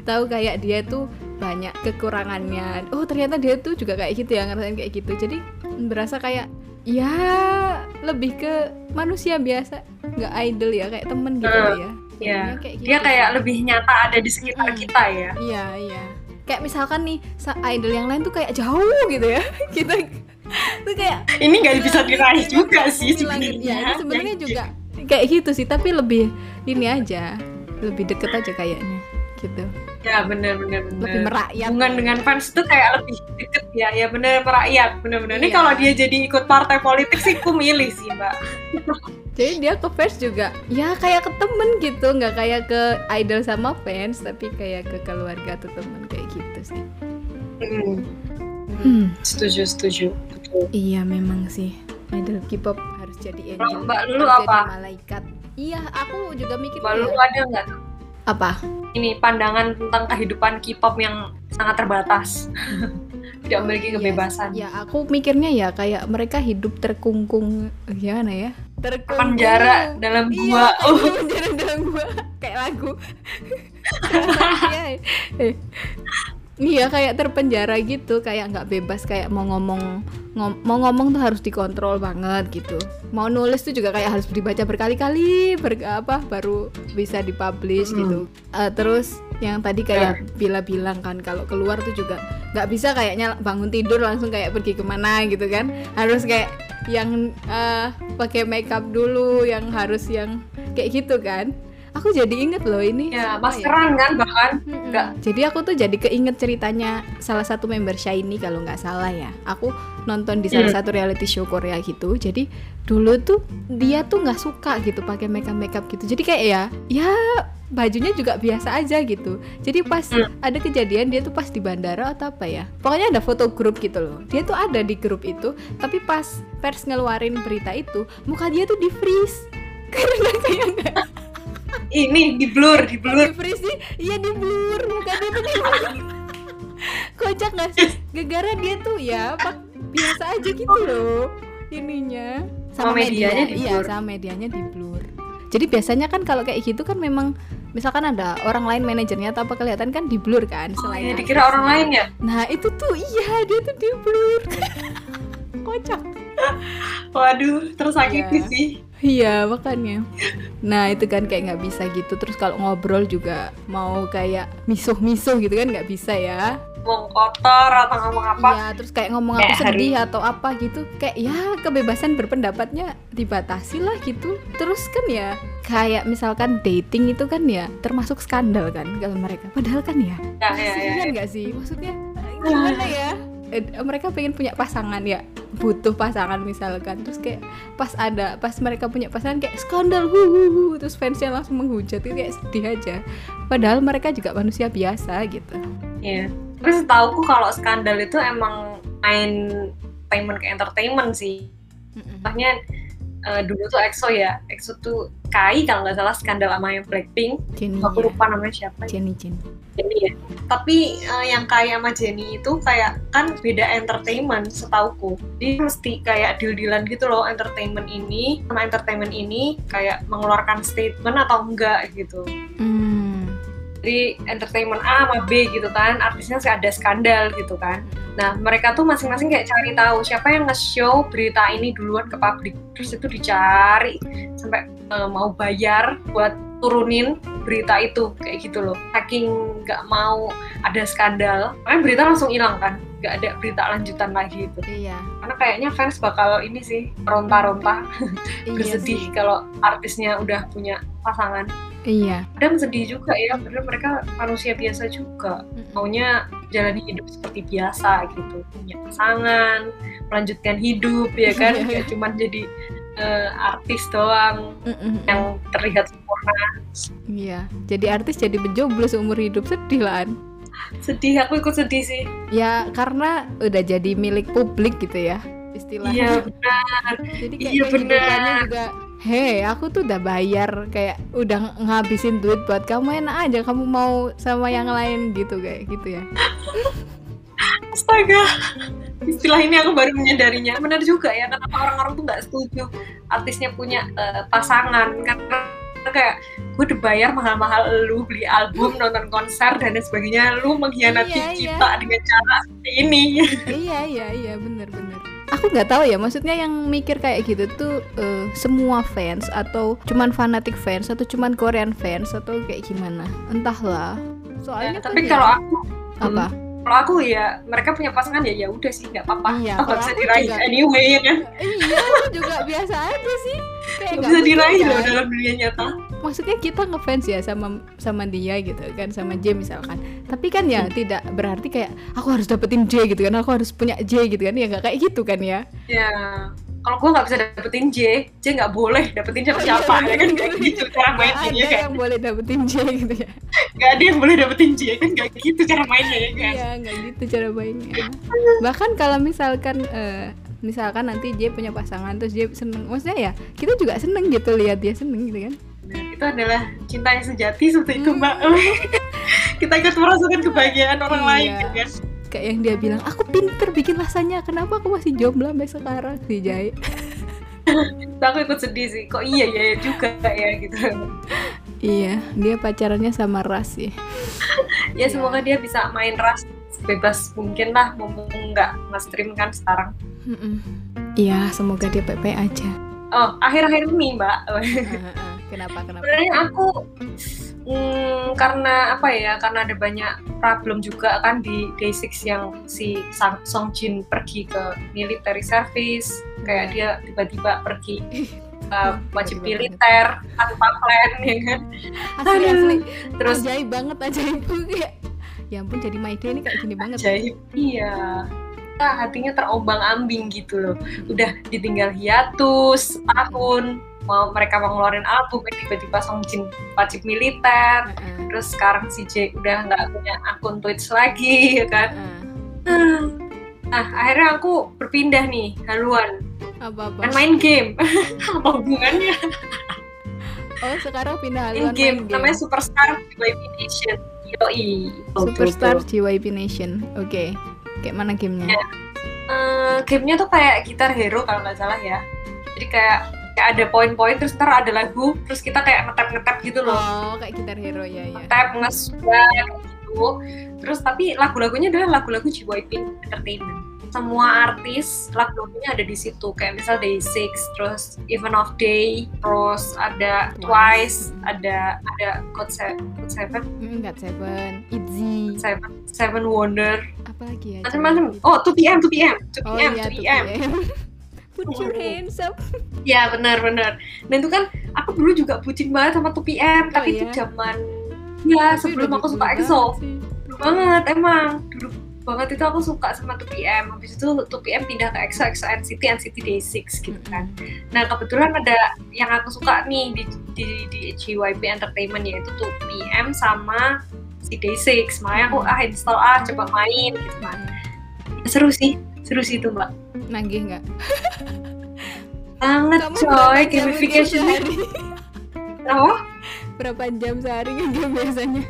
tahu kayak dia tuh banyak kekurangannya. Oh ternyata dia tuh juga kayak gitu ya, ngerasain kayak gitu. Jadi berasa kayak ya lebih ke manusia biasa, nggak idol ya, kayak temen gitu Hmm. ya. Ya, Kayak gitu dia kayak sih. lebih nyata ada di sekitar Mm-mm. kita ya. Iya iya. Kayak misalkan nih sa- idol yang lain tuh kayak jauh gitu ya. Kita tuh kayak Ini nggak bisa hilang diraih gitu, juga sih hilang gitu. sebenarnya. Ya ini sebenarnya Yang- juga kayak gitu sih, tapi lebih ini aja, lebih deket aja kayaknya gitu. Ya benar-benar benar. Lebih merakyat. Hubungan dengan fans itu kayak lebih deket ya, ya benar merakyat, benar-benar. Ini Iya. kalau dia jadi ikut partai politik sih, aku milih sih mbak. Jadi dia ke fans juga ya kayak ke temen gitu, nggak kayak ke idol sama fans, tapi kayak ke keluarga atau temen kayak gitu sih. Hmm. Hmm. Setuju setuju. Betul. Iya memang sih, idol K-pop harus jadi angel, Kalau Mbak Lulu harus apa? jadi malaikat. Iya, aku juga mikir Mbak Lulu ya. ada nggak tuh Apa? ini pandangan tentang kehidupan K-pop yang sangat terbatas, tidak memiliki Iya, kebebasan? Ya aku mikirnya ya kayak mereka hidup terkungkung, gimana ya? Terkungkung. Penjara dalam Iya, gua. kayak Oh. penjara dalam gua, kayak lagu. Iya. Eh. Iya kayak terpenjara gitu, kayak nggak bebas, kayak mau ngomong ngom- mau ngomong tuh harus dikontrol banget gitu. Mau nulis tuh juga kayak harus dibaca berkali-kali, ber- apa baru bisa dipublish Hmm. gitu. Eh, terus yang tadi kayak Bila bilang kan kalau keluar tuh juga nggak bisa kayaknya bangun tidur langsung kayak pergi kemana gitu kan. Harus kayak yang eh, pakai makeup dulu, yang harus yang kayak gitu kan. Aku jadi inget loh ini. Ya, apa maskeran kan bahkan. Mm-mm. Nggak. Jadi aku tuh jadi keinget ceritanya salah satu member SHINee kalau nggak salah ya. Aku nonton di salah Hmm. satu reality show Korea gitu. Jadi dulu tuh dia tuh nggak suka gitu pakai makeup makeup gitu. Jadi kayak ya, ya bajunya juga biasa aja gitu. Jadi pas Hmm. ada kejadian dia tuh pas di bandara atau apa ya. Pokoknya ada foto grup gitu loh. Dia tuh ada di grup itu. Tapi pas pers ngeluarin berita itu, muka dia tuh di freeze. Karena kayak nggak Ini di blur, di blur. di freeze sih, iya di blur muka dia tuh di blur. Kocak gak sih? Gara-gara dia tuh ya pak- biasa aja gitu loh ininya. Sama medianya di iya blur. sama medianya di blur. Jadi biasanya kan kalau kayak gitu kan memang misalkan ada orang lain manajernya atau apa kelihatan kan di blur kan Oh, selain ya dikira orang lain ya. Nah itu tuh iya dia tuh di blur. Kocak. Waduh, tersakiti Iya. sih. Iya makanya. Nah itu kan kayak nggak bisa gitu. Terus kalau ngobrol juga mau kayak misuh-misuh gitu kan nggak bisa ya. Ngomong kotor atau ngomong apa? Iya terus kayak ngomong aku Kayak sedih atau apa gitu. Kayak ya kebebasan berpendapatnya dibatasi lah gitu. Terus kan ya kayak misalkan dating itu kan ya termasuk skandal kan kalau mereka. Padahal kan ya Ya, ya, ya, kasihan ya. nggak sih? Maksudnya gimana ya? Eh, mereka pengen punya pasangan ya, butuh pasangan misalkan, terus kayak pas ada pas mereka punya pasangan kayak skandal, huhuhu, terus fansnya langsung menghujat, itu kayak sedih aja. Padahal mereka juga manusia biasa gitu. Iya. Tapi setauku kalau skandal itu emang main entertainment ke entertainment sih. Makanya eh, dulu tuh EXO ya, EXO tuh Kai kalau nggak salah skandal sama yang Blackpink. Jenny, Aku ya. lupa namanya siapa. Jenny, Jenny. Jenny ya. Tapi eh, yang Kai sama Jenny itu kayak kan beda entertainment setauku. Jadi mesti kayak deal-dealan gitu loh, entertainment ini sama entertainment ini kayak mengeluarkan statement atau enggak gitu. Hmm. Jadi entertainment A sama B gitu kan, artisnya sih ada skandal gitu kan. Nah mereka tuh masing-masing kayak cari tahu siapa yang nge-show berita ini duluan ke publik. Terus itu dicari sampai uh, mau bayar buat turunin berita itu kayak gitu loh. Saking nggak mau ada skandal, makanya berita langsung hilang kan. Nggak ada berita lanjutan lagi gitu. Iya. Karena kayaknya fans bakal ini sih ronta-ronta bersedih Iya. kalau artisnya udah punya pasangan. Iya. Kadang sedih juga ya, padahal mereka manusia biasa juga. Maunya jalani hidup seperti biasa gitu, punya pasangan, melanjutkan hidup ya kan, nggak cuma jadi uh, artis doang Mm-mm. yang terlihat sempurna. Iya. Jadi artis jadi berjomblo seumur hidup, sedih lah. An. Sedih, aku ikut sedih sih. Ya karena udah jadi milik publik gitu ya istilahnya. Iya benar. Jadi kayak Iya, kehidupannya benar. juga, hei aku tuh udah bayar, kayak udah ngabisin duit buat kamu, enak aja kamu mau sama yang lain gitu, kayak gitu ya. Astaga, istilah ini aku baru menyadarinya. Benar juga ya, kenapa orang-orang tuh nggak setuju artisnya punya uh, pasangan, karena kayak gue udah bayar mahal-mahal lu beli album, nonton konser dan lain sebagainya, lu mengkhianati Iya, iya. kita dengan cara seperti ini. Iya iya iya bener-bener. Aku nggak tahu ya, maksudnya yang mikir kayak gitu tuh eh, semua fans atau cuman fanatik fans atau cuman Korean fans atau kayak gimana? Entahlah. Soalnya Ya, kan tapi ya- kalau aku apa? hmm, kalau aku ya mereka punya pasangan ya ya udah sih nggak apa-apa. Iya, Toh nggak kalau bisa aku diraih juga- anyway ya kan. Iya, aku juga biasa aja sih. Kayak Nggak nggak bisa mungkin diraih kan. loh dalam dunia nyata. Maksudnya kita ngefans ya sama sama dia gitu kan, sama J misalkan. Tapi kan ya Hmm. tidak berarti kayak aku harus dapetin J gitu kan, aku harus punya J gitu kan. Ya nggak kayak gitu kan ya. Ya kalau gue nggak bisa dapetin J, J nggak boleh dapetin siapa siapa ya kan kayak gitu cara Nggak mainnya ada ya kan. yang boleh dapetin J gitu ya. Nggak ada yang boleh dapetin J kan kayak gitu cara mainnya ya kan. Iya, nggak gitu cara mainnya. Bahkan kalau misalkan eh, misalkan nanti J punya pasangan terus J seneng, maksudnya ya kita juga seneng gitu lihat dia seneng gitu kan. Nah, itu adalah cinta yang sejati seperti itu mbak. Kita ikut merasakan kebahagiaan orang Iya. lain gitu kan. Kayak yang dia bilang, aku pinter bikin lasanya, kenapa aku masih jomblo sampai sekarang sih Jai? Terus aku ikut sedih sih, kok iya ya juga ya gitu. Iya, dia pacarannya sama Ras sih. Ya semoga dia bisa main ras bebas mungkin lah, mumpung nggak nge-stream kan sekarang. Mm-mm. Iya, semoga dia baik-baik aja. Oh akhir-akhir ini mbak, Kenapa, kenapa? sebenarnya aku hmm, karena apa ya, karena ada banyak problem juga kan di day six yang si Sang- Song Jin pergi ke military service, kayak dia tiba-tiba pergi uh, wajib Tiba-tiba militer tanpa plan ya kan. Asli, asli. Terus Ajaib banget, ajaib kayak. Ya ampun, jadi My Day ini kayak gini banget. ajaib, iya. Nah, hatinya terombang-ambing gitu loh. Udah ditinggal hiatus setahun, mau mereka mau ngeluarin album, eh, tiba-tiba Song Jin wajib militer. Heeh, Terus sekarang si J udah nggak punya akun Twitch lagi, ya kan? heeh. Nah, akhirnya aku berpindah nih, haluan, Apa-apa? kan main game. Apa hubungannya? Oh, sekarang pindah Main haluan game, main game. namanya Superstar J Y P Nation. Yoi. Superstar J Y P Nation. Oke. Kayak mana gamenya? Ya. Eh, gamenya tuh kayak Guitar Hero kalau nggak salah ya. Jadi kayak kayak ada poin-poin, terus ntar ada lagu, terus kita kayak ngetap-ngetap gitu loh. Oh, kayak Guitar Hero ya ya. Tap, nge-swag gitu. Terus tapi lagu-lagunya adalah lagu-lagu J Y P Entertainment. Semua artis lagu-lagunya ada di situ. Kayak misal day six, terus Even of Day, terus ada Twice, ada ada God Seven, God Seven, Hmm, Enggak Seven, Itzy, Seven, Seven Wonder, apa lagi ya? macam-macam. Oh, two P M, two P M, two Oh P M, iya, two two P M. P M. Put your hands up. Ya benar-benar. Dan itu kan aku dulu juga bucin banget sama two P M, tapi Oh, itu iya? zaman ya Tapi sebelum udah aku suka dulu EXO. banget sih. Dulu banget emang. Dulu banget itu aku suka sama two P M. Habis itu two P M pindah ke EXO, EXO N C T, N C T day six gitu kan. Nah, kebetulan ada yang aku suka nih di di, di J Y P Entertainment, yaitu two P M sama si day six. Makanya aku ah install ah coba main gitu kan. Seru sih, seru sih itu mbak. Nagih nggak? Banget Kamu coy, berapa jam ngegame gamification. sehari? Apa? Berapa jam sehari ngegame biasanya?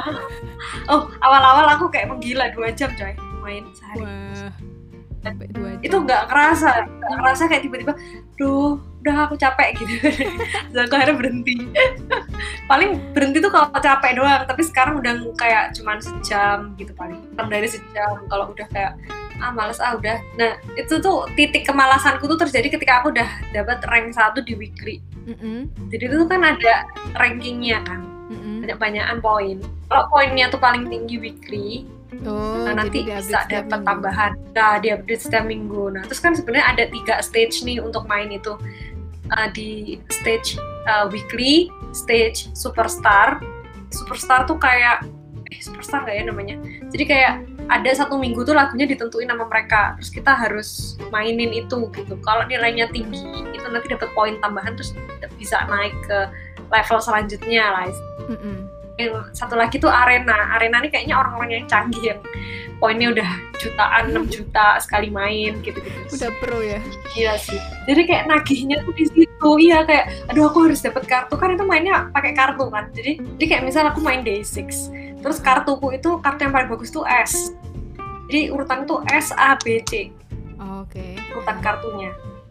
Oh, awal-awal aku kayak menggila dua jam coy main sehari. Wah, sampai dua jam. Itu nggak kerasa, nggak kerasa kayak tiba-tiba, duh, udah aku capek gitu. Terus aku akhirnya berhenti. Paling berhenti tuh kalau capek doang, tapi sekarang udah kayak cuman sejam gitu paling. Kurang dari sejam kalau udah kayak ah males ah udah. Nah itu tuh titik kemalasanku tuh terjadi ketika aku udah dapat rank satu di weekly. Mm-mm, Jadi itu tuh kan ada rankingnya kan, mm-mm. banyak-banyakan poin. Kalau poinnya tuh paling tinggi weekly, Oh, nah, nanti jadi bisa diupdate setiap dapat minggu. tambahan. Nah, diupdate setiap minggu. Nah, terus kan sebenarnya ada tiga stage nih untuk main itu. Uh, di stage uh, weekly, stage superstar. Superstar tuh kayak eh superstar nggak ya namanya? Jadi kayak ada satu minggu tuh lagunya ditentuin sama mereka. Terus kita harus mainin itu gitu. Kalau nilainya tinggi, itu nanti dapat poin tambahan, terus bisa naik ke level selanjutnya lah. Mm-mm. Yang satu lagi tuh arena. Arena ini kayaknya orang-orang yang canggih, yang poinnya udah jutaan, enam juta sekali main gitu-gitu. Udah pro ya. Gila sih. Jadi kayak nagihnya tuh di situ. Iya kayak aduh aku harus dapat kartu, kan itu mainnya pakai kartu kan. Jadi jadi kayak misal aku main day six. Terus kartuku itu kartu yang paling bagus tuh S. Jadi urutan tuh S A B C Oh, oke. urutan kartunya.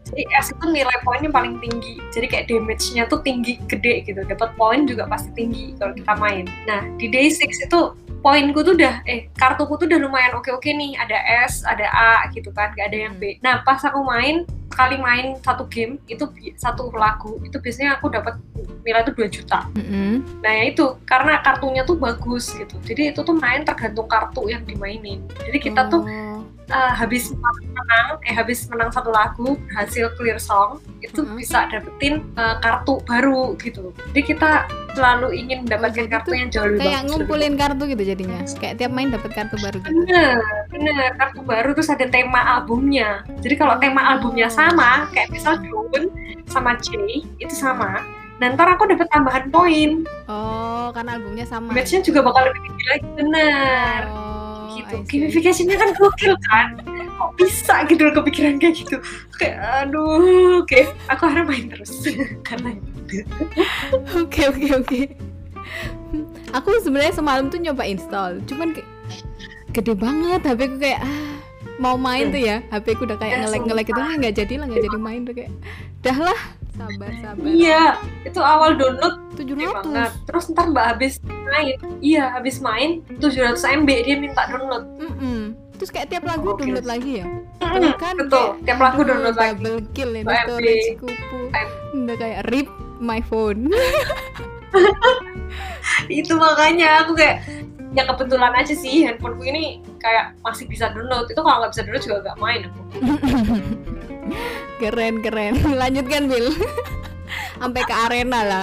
Jadi S itu nilai poinnya paling tinggi. Jadi kayak damage-nya tuh tinggi, gede gitu. Dapat poin juga pasti tinggi kalau kita main. Nah, di day enam itu poinku tuh udah, eh kartuku tuh udah lumayan oke-oke nih. Ada S, ada A gitu kan, gak ada yang B. Nah, pas aku main, sekali main satu game, itu satu lagu, itu biasanya aku dapat nilai tuh dua juta. Mm-hmm. Nah ya itu, karena kartunya tuh bagus gitu. Jadi itu tuh main tergantung kartu yang dimainin. Jadi kita oh. tuh uh, habis menang, eh habis menang satu lagu, hasil clear song, itu uh-huh. bisa dapetin uh, kartu baru gitu. Jadi kita selalu ingin mendapatkan oh, kartu yang jauh lebih kayak bagus. Kayak ngumpulin kartu gitu jadinya. Kayak tiap main dapat kartu baru gitu. Bener, bener. Kartu baru terus ada tema albumnya. Jadi kalau tema albumnya sama, kayak misal Dawn sama J, itu sama. Dan ntar aku dapat tambahan poin. Oh, karena albumnya sama. Match-nya juga bakal lebih tinggi lagi, bener. Oh, gitu. Gamification-nya kan gokil kan? Kok bisa gitu loh kepikiran kayak gitu? Kayak aduh, oke. Aku harap main terus karena itu. Oke, oke, oke. Aku sebenarnya semalam tuh nyoba install, cuman kayak gede banget H P ku kayak ah, mau main tuh ya, H P ku udah kayak nge-lag-nge-lag gitu, nggak jadi lah, nggak jadi main tuh kayak dah lah. Sabar, sabar. Iya, itu awal download tujuh ratus banget. Terus ntar mbak habis main, iya habis main tujuh ratus M B dia minta download. Mm-mm. Terus kayak tiap lagu oh, download okay. lagi ya? Mm-hmm. Kan betul, kayak, tiap lagu download lagi. Double kill ini storage kupu. Udah kayak rip my phone. Itu makanya aku kayak ya kebetulan aja sih handphoneku ini kayak masih bisa download. Itu kalau nggak bisa download juga nggak main aku. Keren keren. Lanjutkan Bill. Sampai ke arena lah.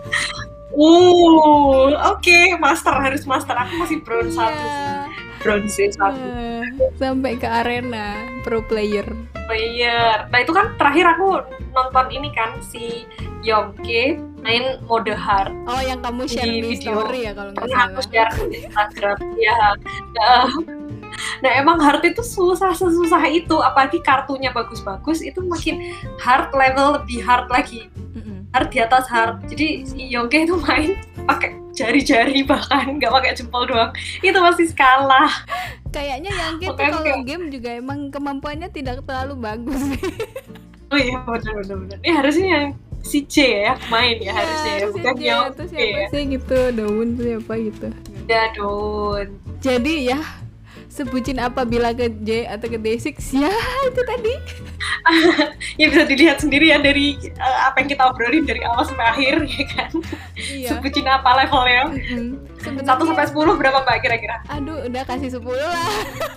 Uh, oke, okay. master harus master. Aku masih bronze satu sih. Bronze satu. Uh, sampai ke arena pro player. Player. Nah itu kan terakhir aku nonton ini kan si Yongke main mode hard. Oh yang kamu share di, di story ya kalau nggak salah. Aku share di Instagram ya. Nah emang hard itu susah sesusah itu, apalagi kartunya bagus-bagus itu makin hard, level lebih hard lagi. Mm-hmm. Hard di atas hard. Jadi si Yongke itu main pakai jari-jari bahkan nggak pakai jempol doang. Itu masih kalah. Kayaknya Yongke tuh kalau game juga emang kemampuannya tidak terlalu bagus. Oh iya benar-benar. Ini harusnya yang si C ya main ya, ya harusnya ya, bukan si yang itu siapa ya. Sih gitu, Daun siapa gitu. Ya Daun. Jadi ya sebutin apabila ke J atau ke D enam ya itu tadi. Ya bisa dilihat sendiri ya dari uh, apa yang kita obrolin dari awal sampai akhir ya kan. Iya. Sebutin apa levelnya? Mm-hmm. satu sampai sepuluh berapa Mbak kira-kira? Aduh udah kasih sepuluh lah.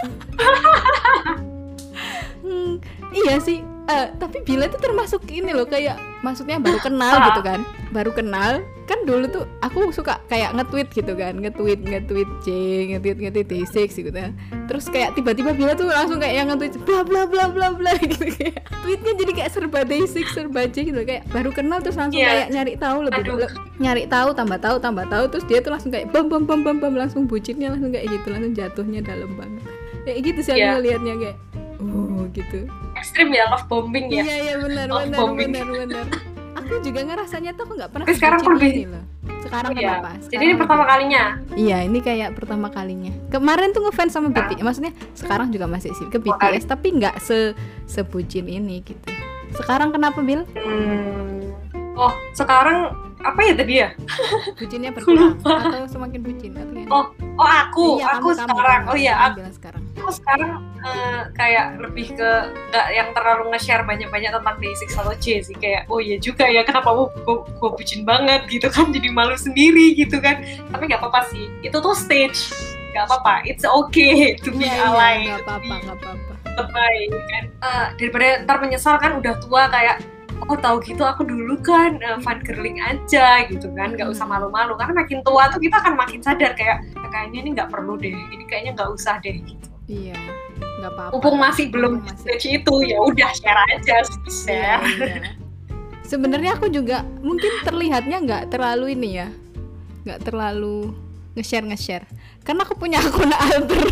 hmm, iya sih. Uh, tapi Bila tuh termasuk ini loh kayak maksudnya baru kenal gitu kan, baru kenal kan dulu tuh aku suka kayak nge-tweet gitu kan, nge-tweet nge-tweet J, nge-tweet nge-tweet D enam gitu kan, terus kayak tiba-tiba Bila tuh langsung kayak yang nge-tweet bla bla bla bla bla gitu kayak tweetnya jadi kayak serba D enam serba J gitu kayak baru kenal terus langsung yeah. kayak nyari tahu lebih le- nyari tahu tambah tahu tambah tahu terus dia tuh langsung kayak bam bam bam bam bam langsung bucinnya langsung kayak gitu, langsung jatuhnya dalam banget kayak gitu sih yeah. aku ngelihatnya kayak oh gitu. Ekstrim ya, love bombing ya. Iya iya benar benar benar benar. Aku juga ngerasanya tuh aku nggak pernah. Tapi sekarang ini loh. Sekarang oh, kenapa? Iya. Jadi ini pertama kalinya. Iya ini kayak pertama kalinya. Kemarin tuh ngefans sama B T S, maksudnya sekarang juga masih sih ke B T S, oh, tapi nggak se sebucin ini gitu. Sekarang kenapa Bil? Hmm. Oh sekarang apa ya tadi ya? Bucinnya berkurang atau semakin bucin atau gimana? Oh oh aku iya, aku kamu, sekarang kamu, oh iya kamu, aku kamu sekarang. Aku sekarang uh, kayak lebih ke nggak yang terlalu nge-share banyak-banyak tentang D enam atau J sih, kayak oh iya juga ya kenapa gue gue bucin banget gitu kan, jadi malu sendiri gitu kan, tapi nggak apa-apa sih, itu tuh stage, nggak apa-apa, it's okay to be yeah, alay, nggak apa-apa nggak apa-apa, lebay kan, uh, daripada ntar menyesal kan udah tua kayak oh tahu gitu aku dulu kan uh, fun girling aja gitu kan, nggak usah malu-malu, karena makin tua tuh kita akan makin sadar kayak kayaknya ini nggak perlu deh, ini kayaknya nggak usah deh gitu. Iya, nggak apa-apa. Mumpung masih belum stage itu, ya udah share aja, share. Iya, iya. Sebenarnya aku juga mungkin terlihatnya nggak terlalu ini ya, nggak terlalu nge-share nge-share, karena aku punya akun alter.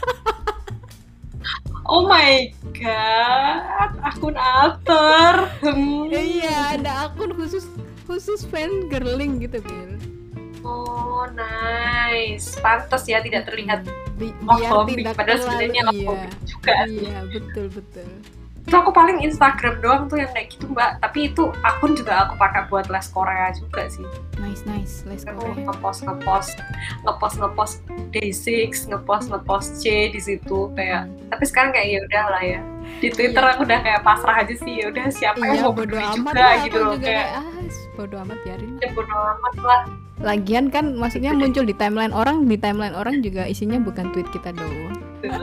Oh my god, akun alter. Hmm. Iya, ada akun khusus khusus fan girling gitu, Bil. Oh nice, pantas ya tidak terlihat Bi- love biar bombing, tidak padahal terlalu, sebenarnya love iya, bombing juga. Iya betul betul. Itu aku paling Instagram doang tuh yang kayak gitu mbak. Tapi itu akun juga aku pakai buat les Korea juga sih. Nice nice les Aku Korea. ngepost ngepost ngepost ngepost day six, ngepost ngepost C di situ kayak. Tapi sekarang kayak ya udah lah ya. Di Twitter Iya. aku udah kayak pasrah aja sih. Ya udah siapa yang Iya mau bodo peduli amat juga lah, gitu aku loh juga kayak. kayak ah bodo amat biarin. Ya bodo amat lah. Lagian kan maksudnya muncul di timeline orang, di timeline orang juga isinya bukan tweet kita doang.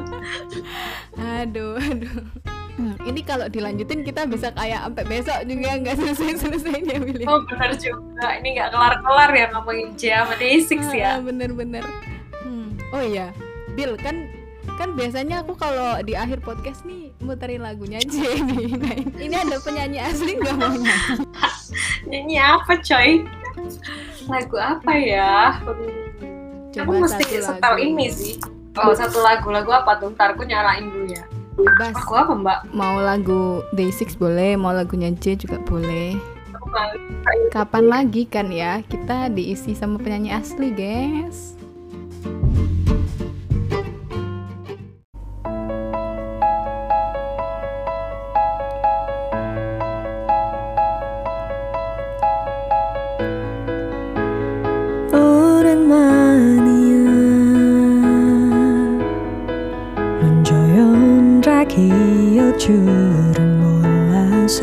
Aduh, aduh. Hmm, ini kalau dilanjutin kita bisa kayak sampai besok juga nggak selesai-selesainya William. Oh benar juga. Ini nggak kelar-kelar ya ngomongin J sama day six ya. Ah, bener-bener. Hmm. Oh iya, Bill kan kan biasanya aku kalau di akhir podcast nih muterin lagunya J nih. Nah, ini ada penyanyi asli nggak mau nyanyi? Nyanyi apa coy? Lagu apa ya? Coba Aku mesti satu setel lagu. ini sih. Oh satu lagu, lagu apa tuh? Ntar aku nyalain dulu ya. Bebas. Lagu apa mbak? Mau lagu day six boleh, mau lagunya J juga boleh. Aku nggak- Kapan lagi kan ya kita diisi sama penyanyi asli, guys. 오랜만이야 넌 조용히 기억 줄은 몰라서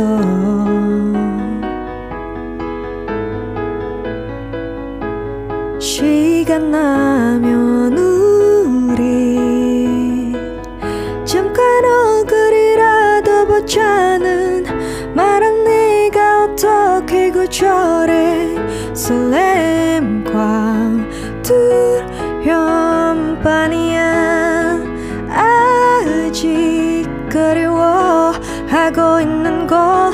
시간 나면 우리 잠깐 얼굴이라도 보자는 말한 네가 어떻게 고절해 설렘과 두려움 뿐이야 아직 그리워하고 있는 거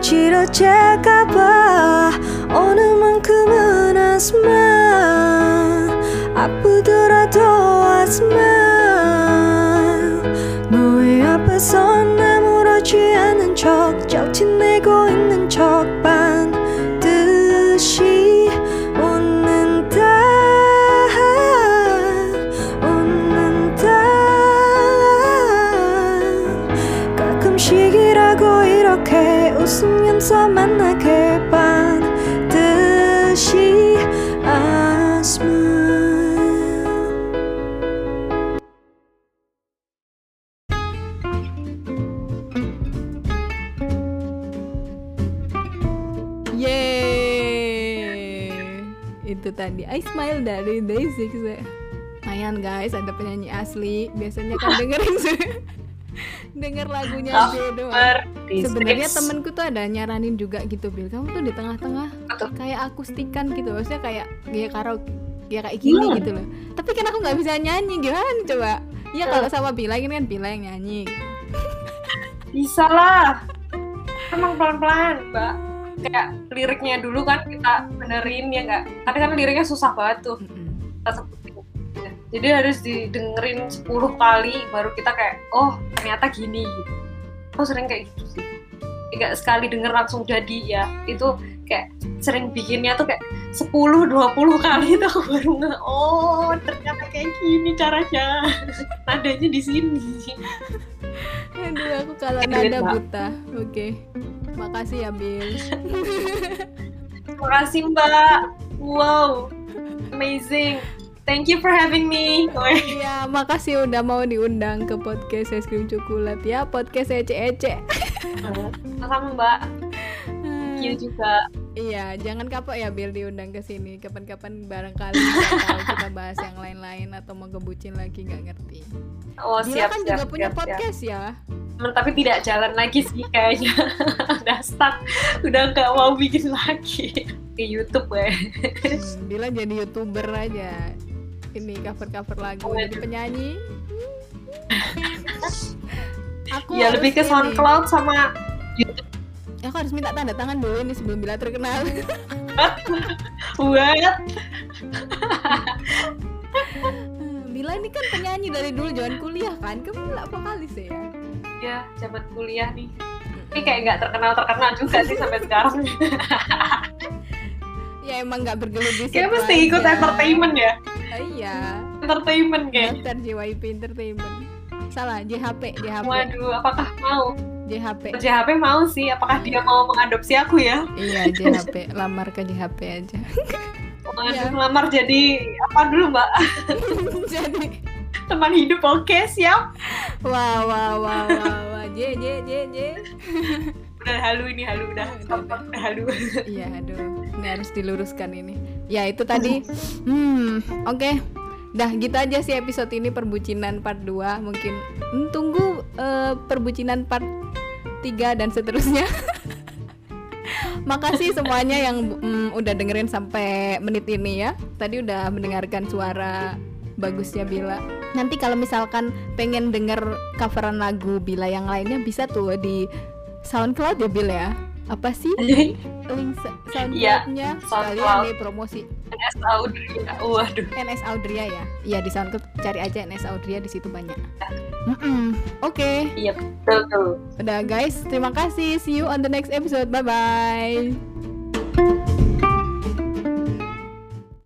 눈치러질까봐 어느 만큼은 하지마 아프더라도 하지마 너의 앞에서 나무라지 않은 척 쫓아내고 있는 척 반드시 웃는다 웃는다 가끔씩이라고 이렇게 웃으면서 만나게 반드시 I smile. Yeay. Itu tadi I Smile dari day six ya. Lumayan guys, ada penyanyi asli. Biasanya kan dengerin denger lagunya J doang. Sebenarnya temenku tuh ada nyaranin juga gitu, Bil. Kamu tuh di tengah-tengah Betul. kayak akustikan gitu. Maksudnya kayak ya karaoke, ya kayak gini Hmm. gitu loh. Tapi kan aku nggak bisa nyanyi, gimana coba? Ya kalau sama Bila ini kan Bila yang nyanyi. Bisa lah. Emang pelan-pelan mbak. Kayak liriknya dulu kan kita benerin ya nggak? Tapi kan liriknya susah banget tuh. Mm-mm. Kita sebutin. Jadi harus didengerin sepuluh kali baru kita kayak oh ternyata gini gitu. Aku sering kayak gitu sih. Nggak sekali denger langsung jadi ya. Itu kayak sering bikinnya tuh kayak sepuluh dua puluh kali tuh aku baru nge oh ternyata kayak gini caranya. Nadanya di sini. Aduh, aku kalau Edwin, nada Mbak. buta. Oke. Makasih ya, Bil. Terima kasih mbak. Wow, amazing. Thank you for having me. Iya, makasih udah mau diundang ke podcast Es Krim Coklat ya, podcast ece-ece. Sama mbak. Thank you juga. Iya, jangan kapok ya Bil diundang ke sini. Kapan-kapan barangkali kita tahu kita bahas yang lain-lain atau mau kebucin lagi nggak ngerti. Oh Bila siap kan siap. juga punya siap, siap. podcast ya. Men, tapi tidak jalan lagi sih kayaknya. Udah stuck. Udah nggak mau bikin lagi di YouTube gue. Hmm, Bila jadi YouTuber aja. Ini cover-cover lagu Oh, jadi aduh. penyanyi. Aku Ya harus lebih ke ini. SoundCloud sama Aku harus minta tanda tangan dulu nih sebelum Bila terkenal. buat. Bila ini kan penyanyi dari dulu zaman kuliah kan, kamu nggak vokalis ya? Ya zaman kuliah nih. Ini kayak nggak terkenal terkenal juga sih sampai sekarang. Ya emang nggak bergelut di Kayak situ mesti ikut aja. entertainment ya. Oh, iya, Entertainment kayak. daftar J Y P Entertainment. Salah, J H P, J H P. Waduh, apakah mau? J H P. J H P mau sih, apakah dia mau mengadopsi aku ya? Iya, J H P, lamar ke J H P aja. Waduh, Iya. melamar jadi apa dulu Mbak? Jadi, Teman hidup, oke siap. wah, wah, wah, wah, wah, J, J, J, J. Udah halu ini, halu udah, stop, stop, udah halu. Iya, aduh, ini harus diluruskan ini. Ya itu tadi. Hmm, oke. Dah gitu aja sih episode ini perbucinan part dua. Mungkin hmm, tunggu eh, perbucinan part tiga dan seterusnya. Makasih semuanya yang mm, udah dengerin sampai menit ini ya. Tadi udah mendengarkan suara bagusnya Bila. Nanti kalau misalkan pengen denger coveran lagu Bila yang lainnya bisa tuh di SoundCloud ya Bil ya. Apa sih link sa- SoundCloud-nya? Sekalian SoundCloud. nih promosi N S Audrey. Waduh. N S Audria ya. Iya di SoundCloud cari aja N S Audria, di situ banyak. Mm-mm. Oke. Iya betul tuh. Udah guys, terima kasih. See you on the next episode. Bye bye.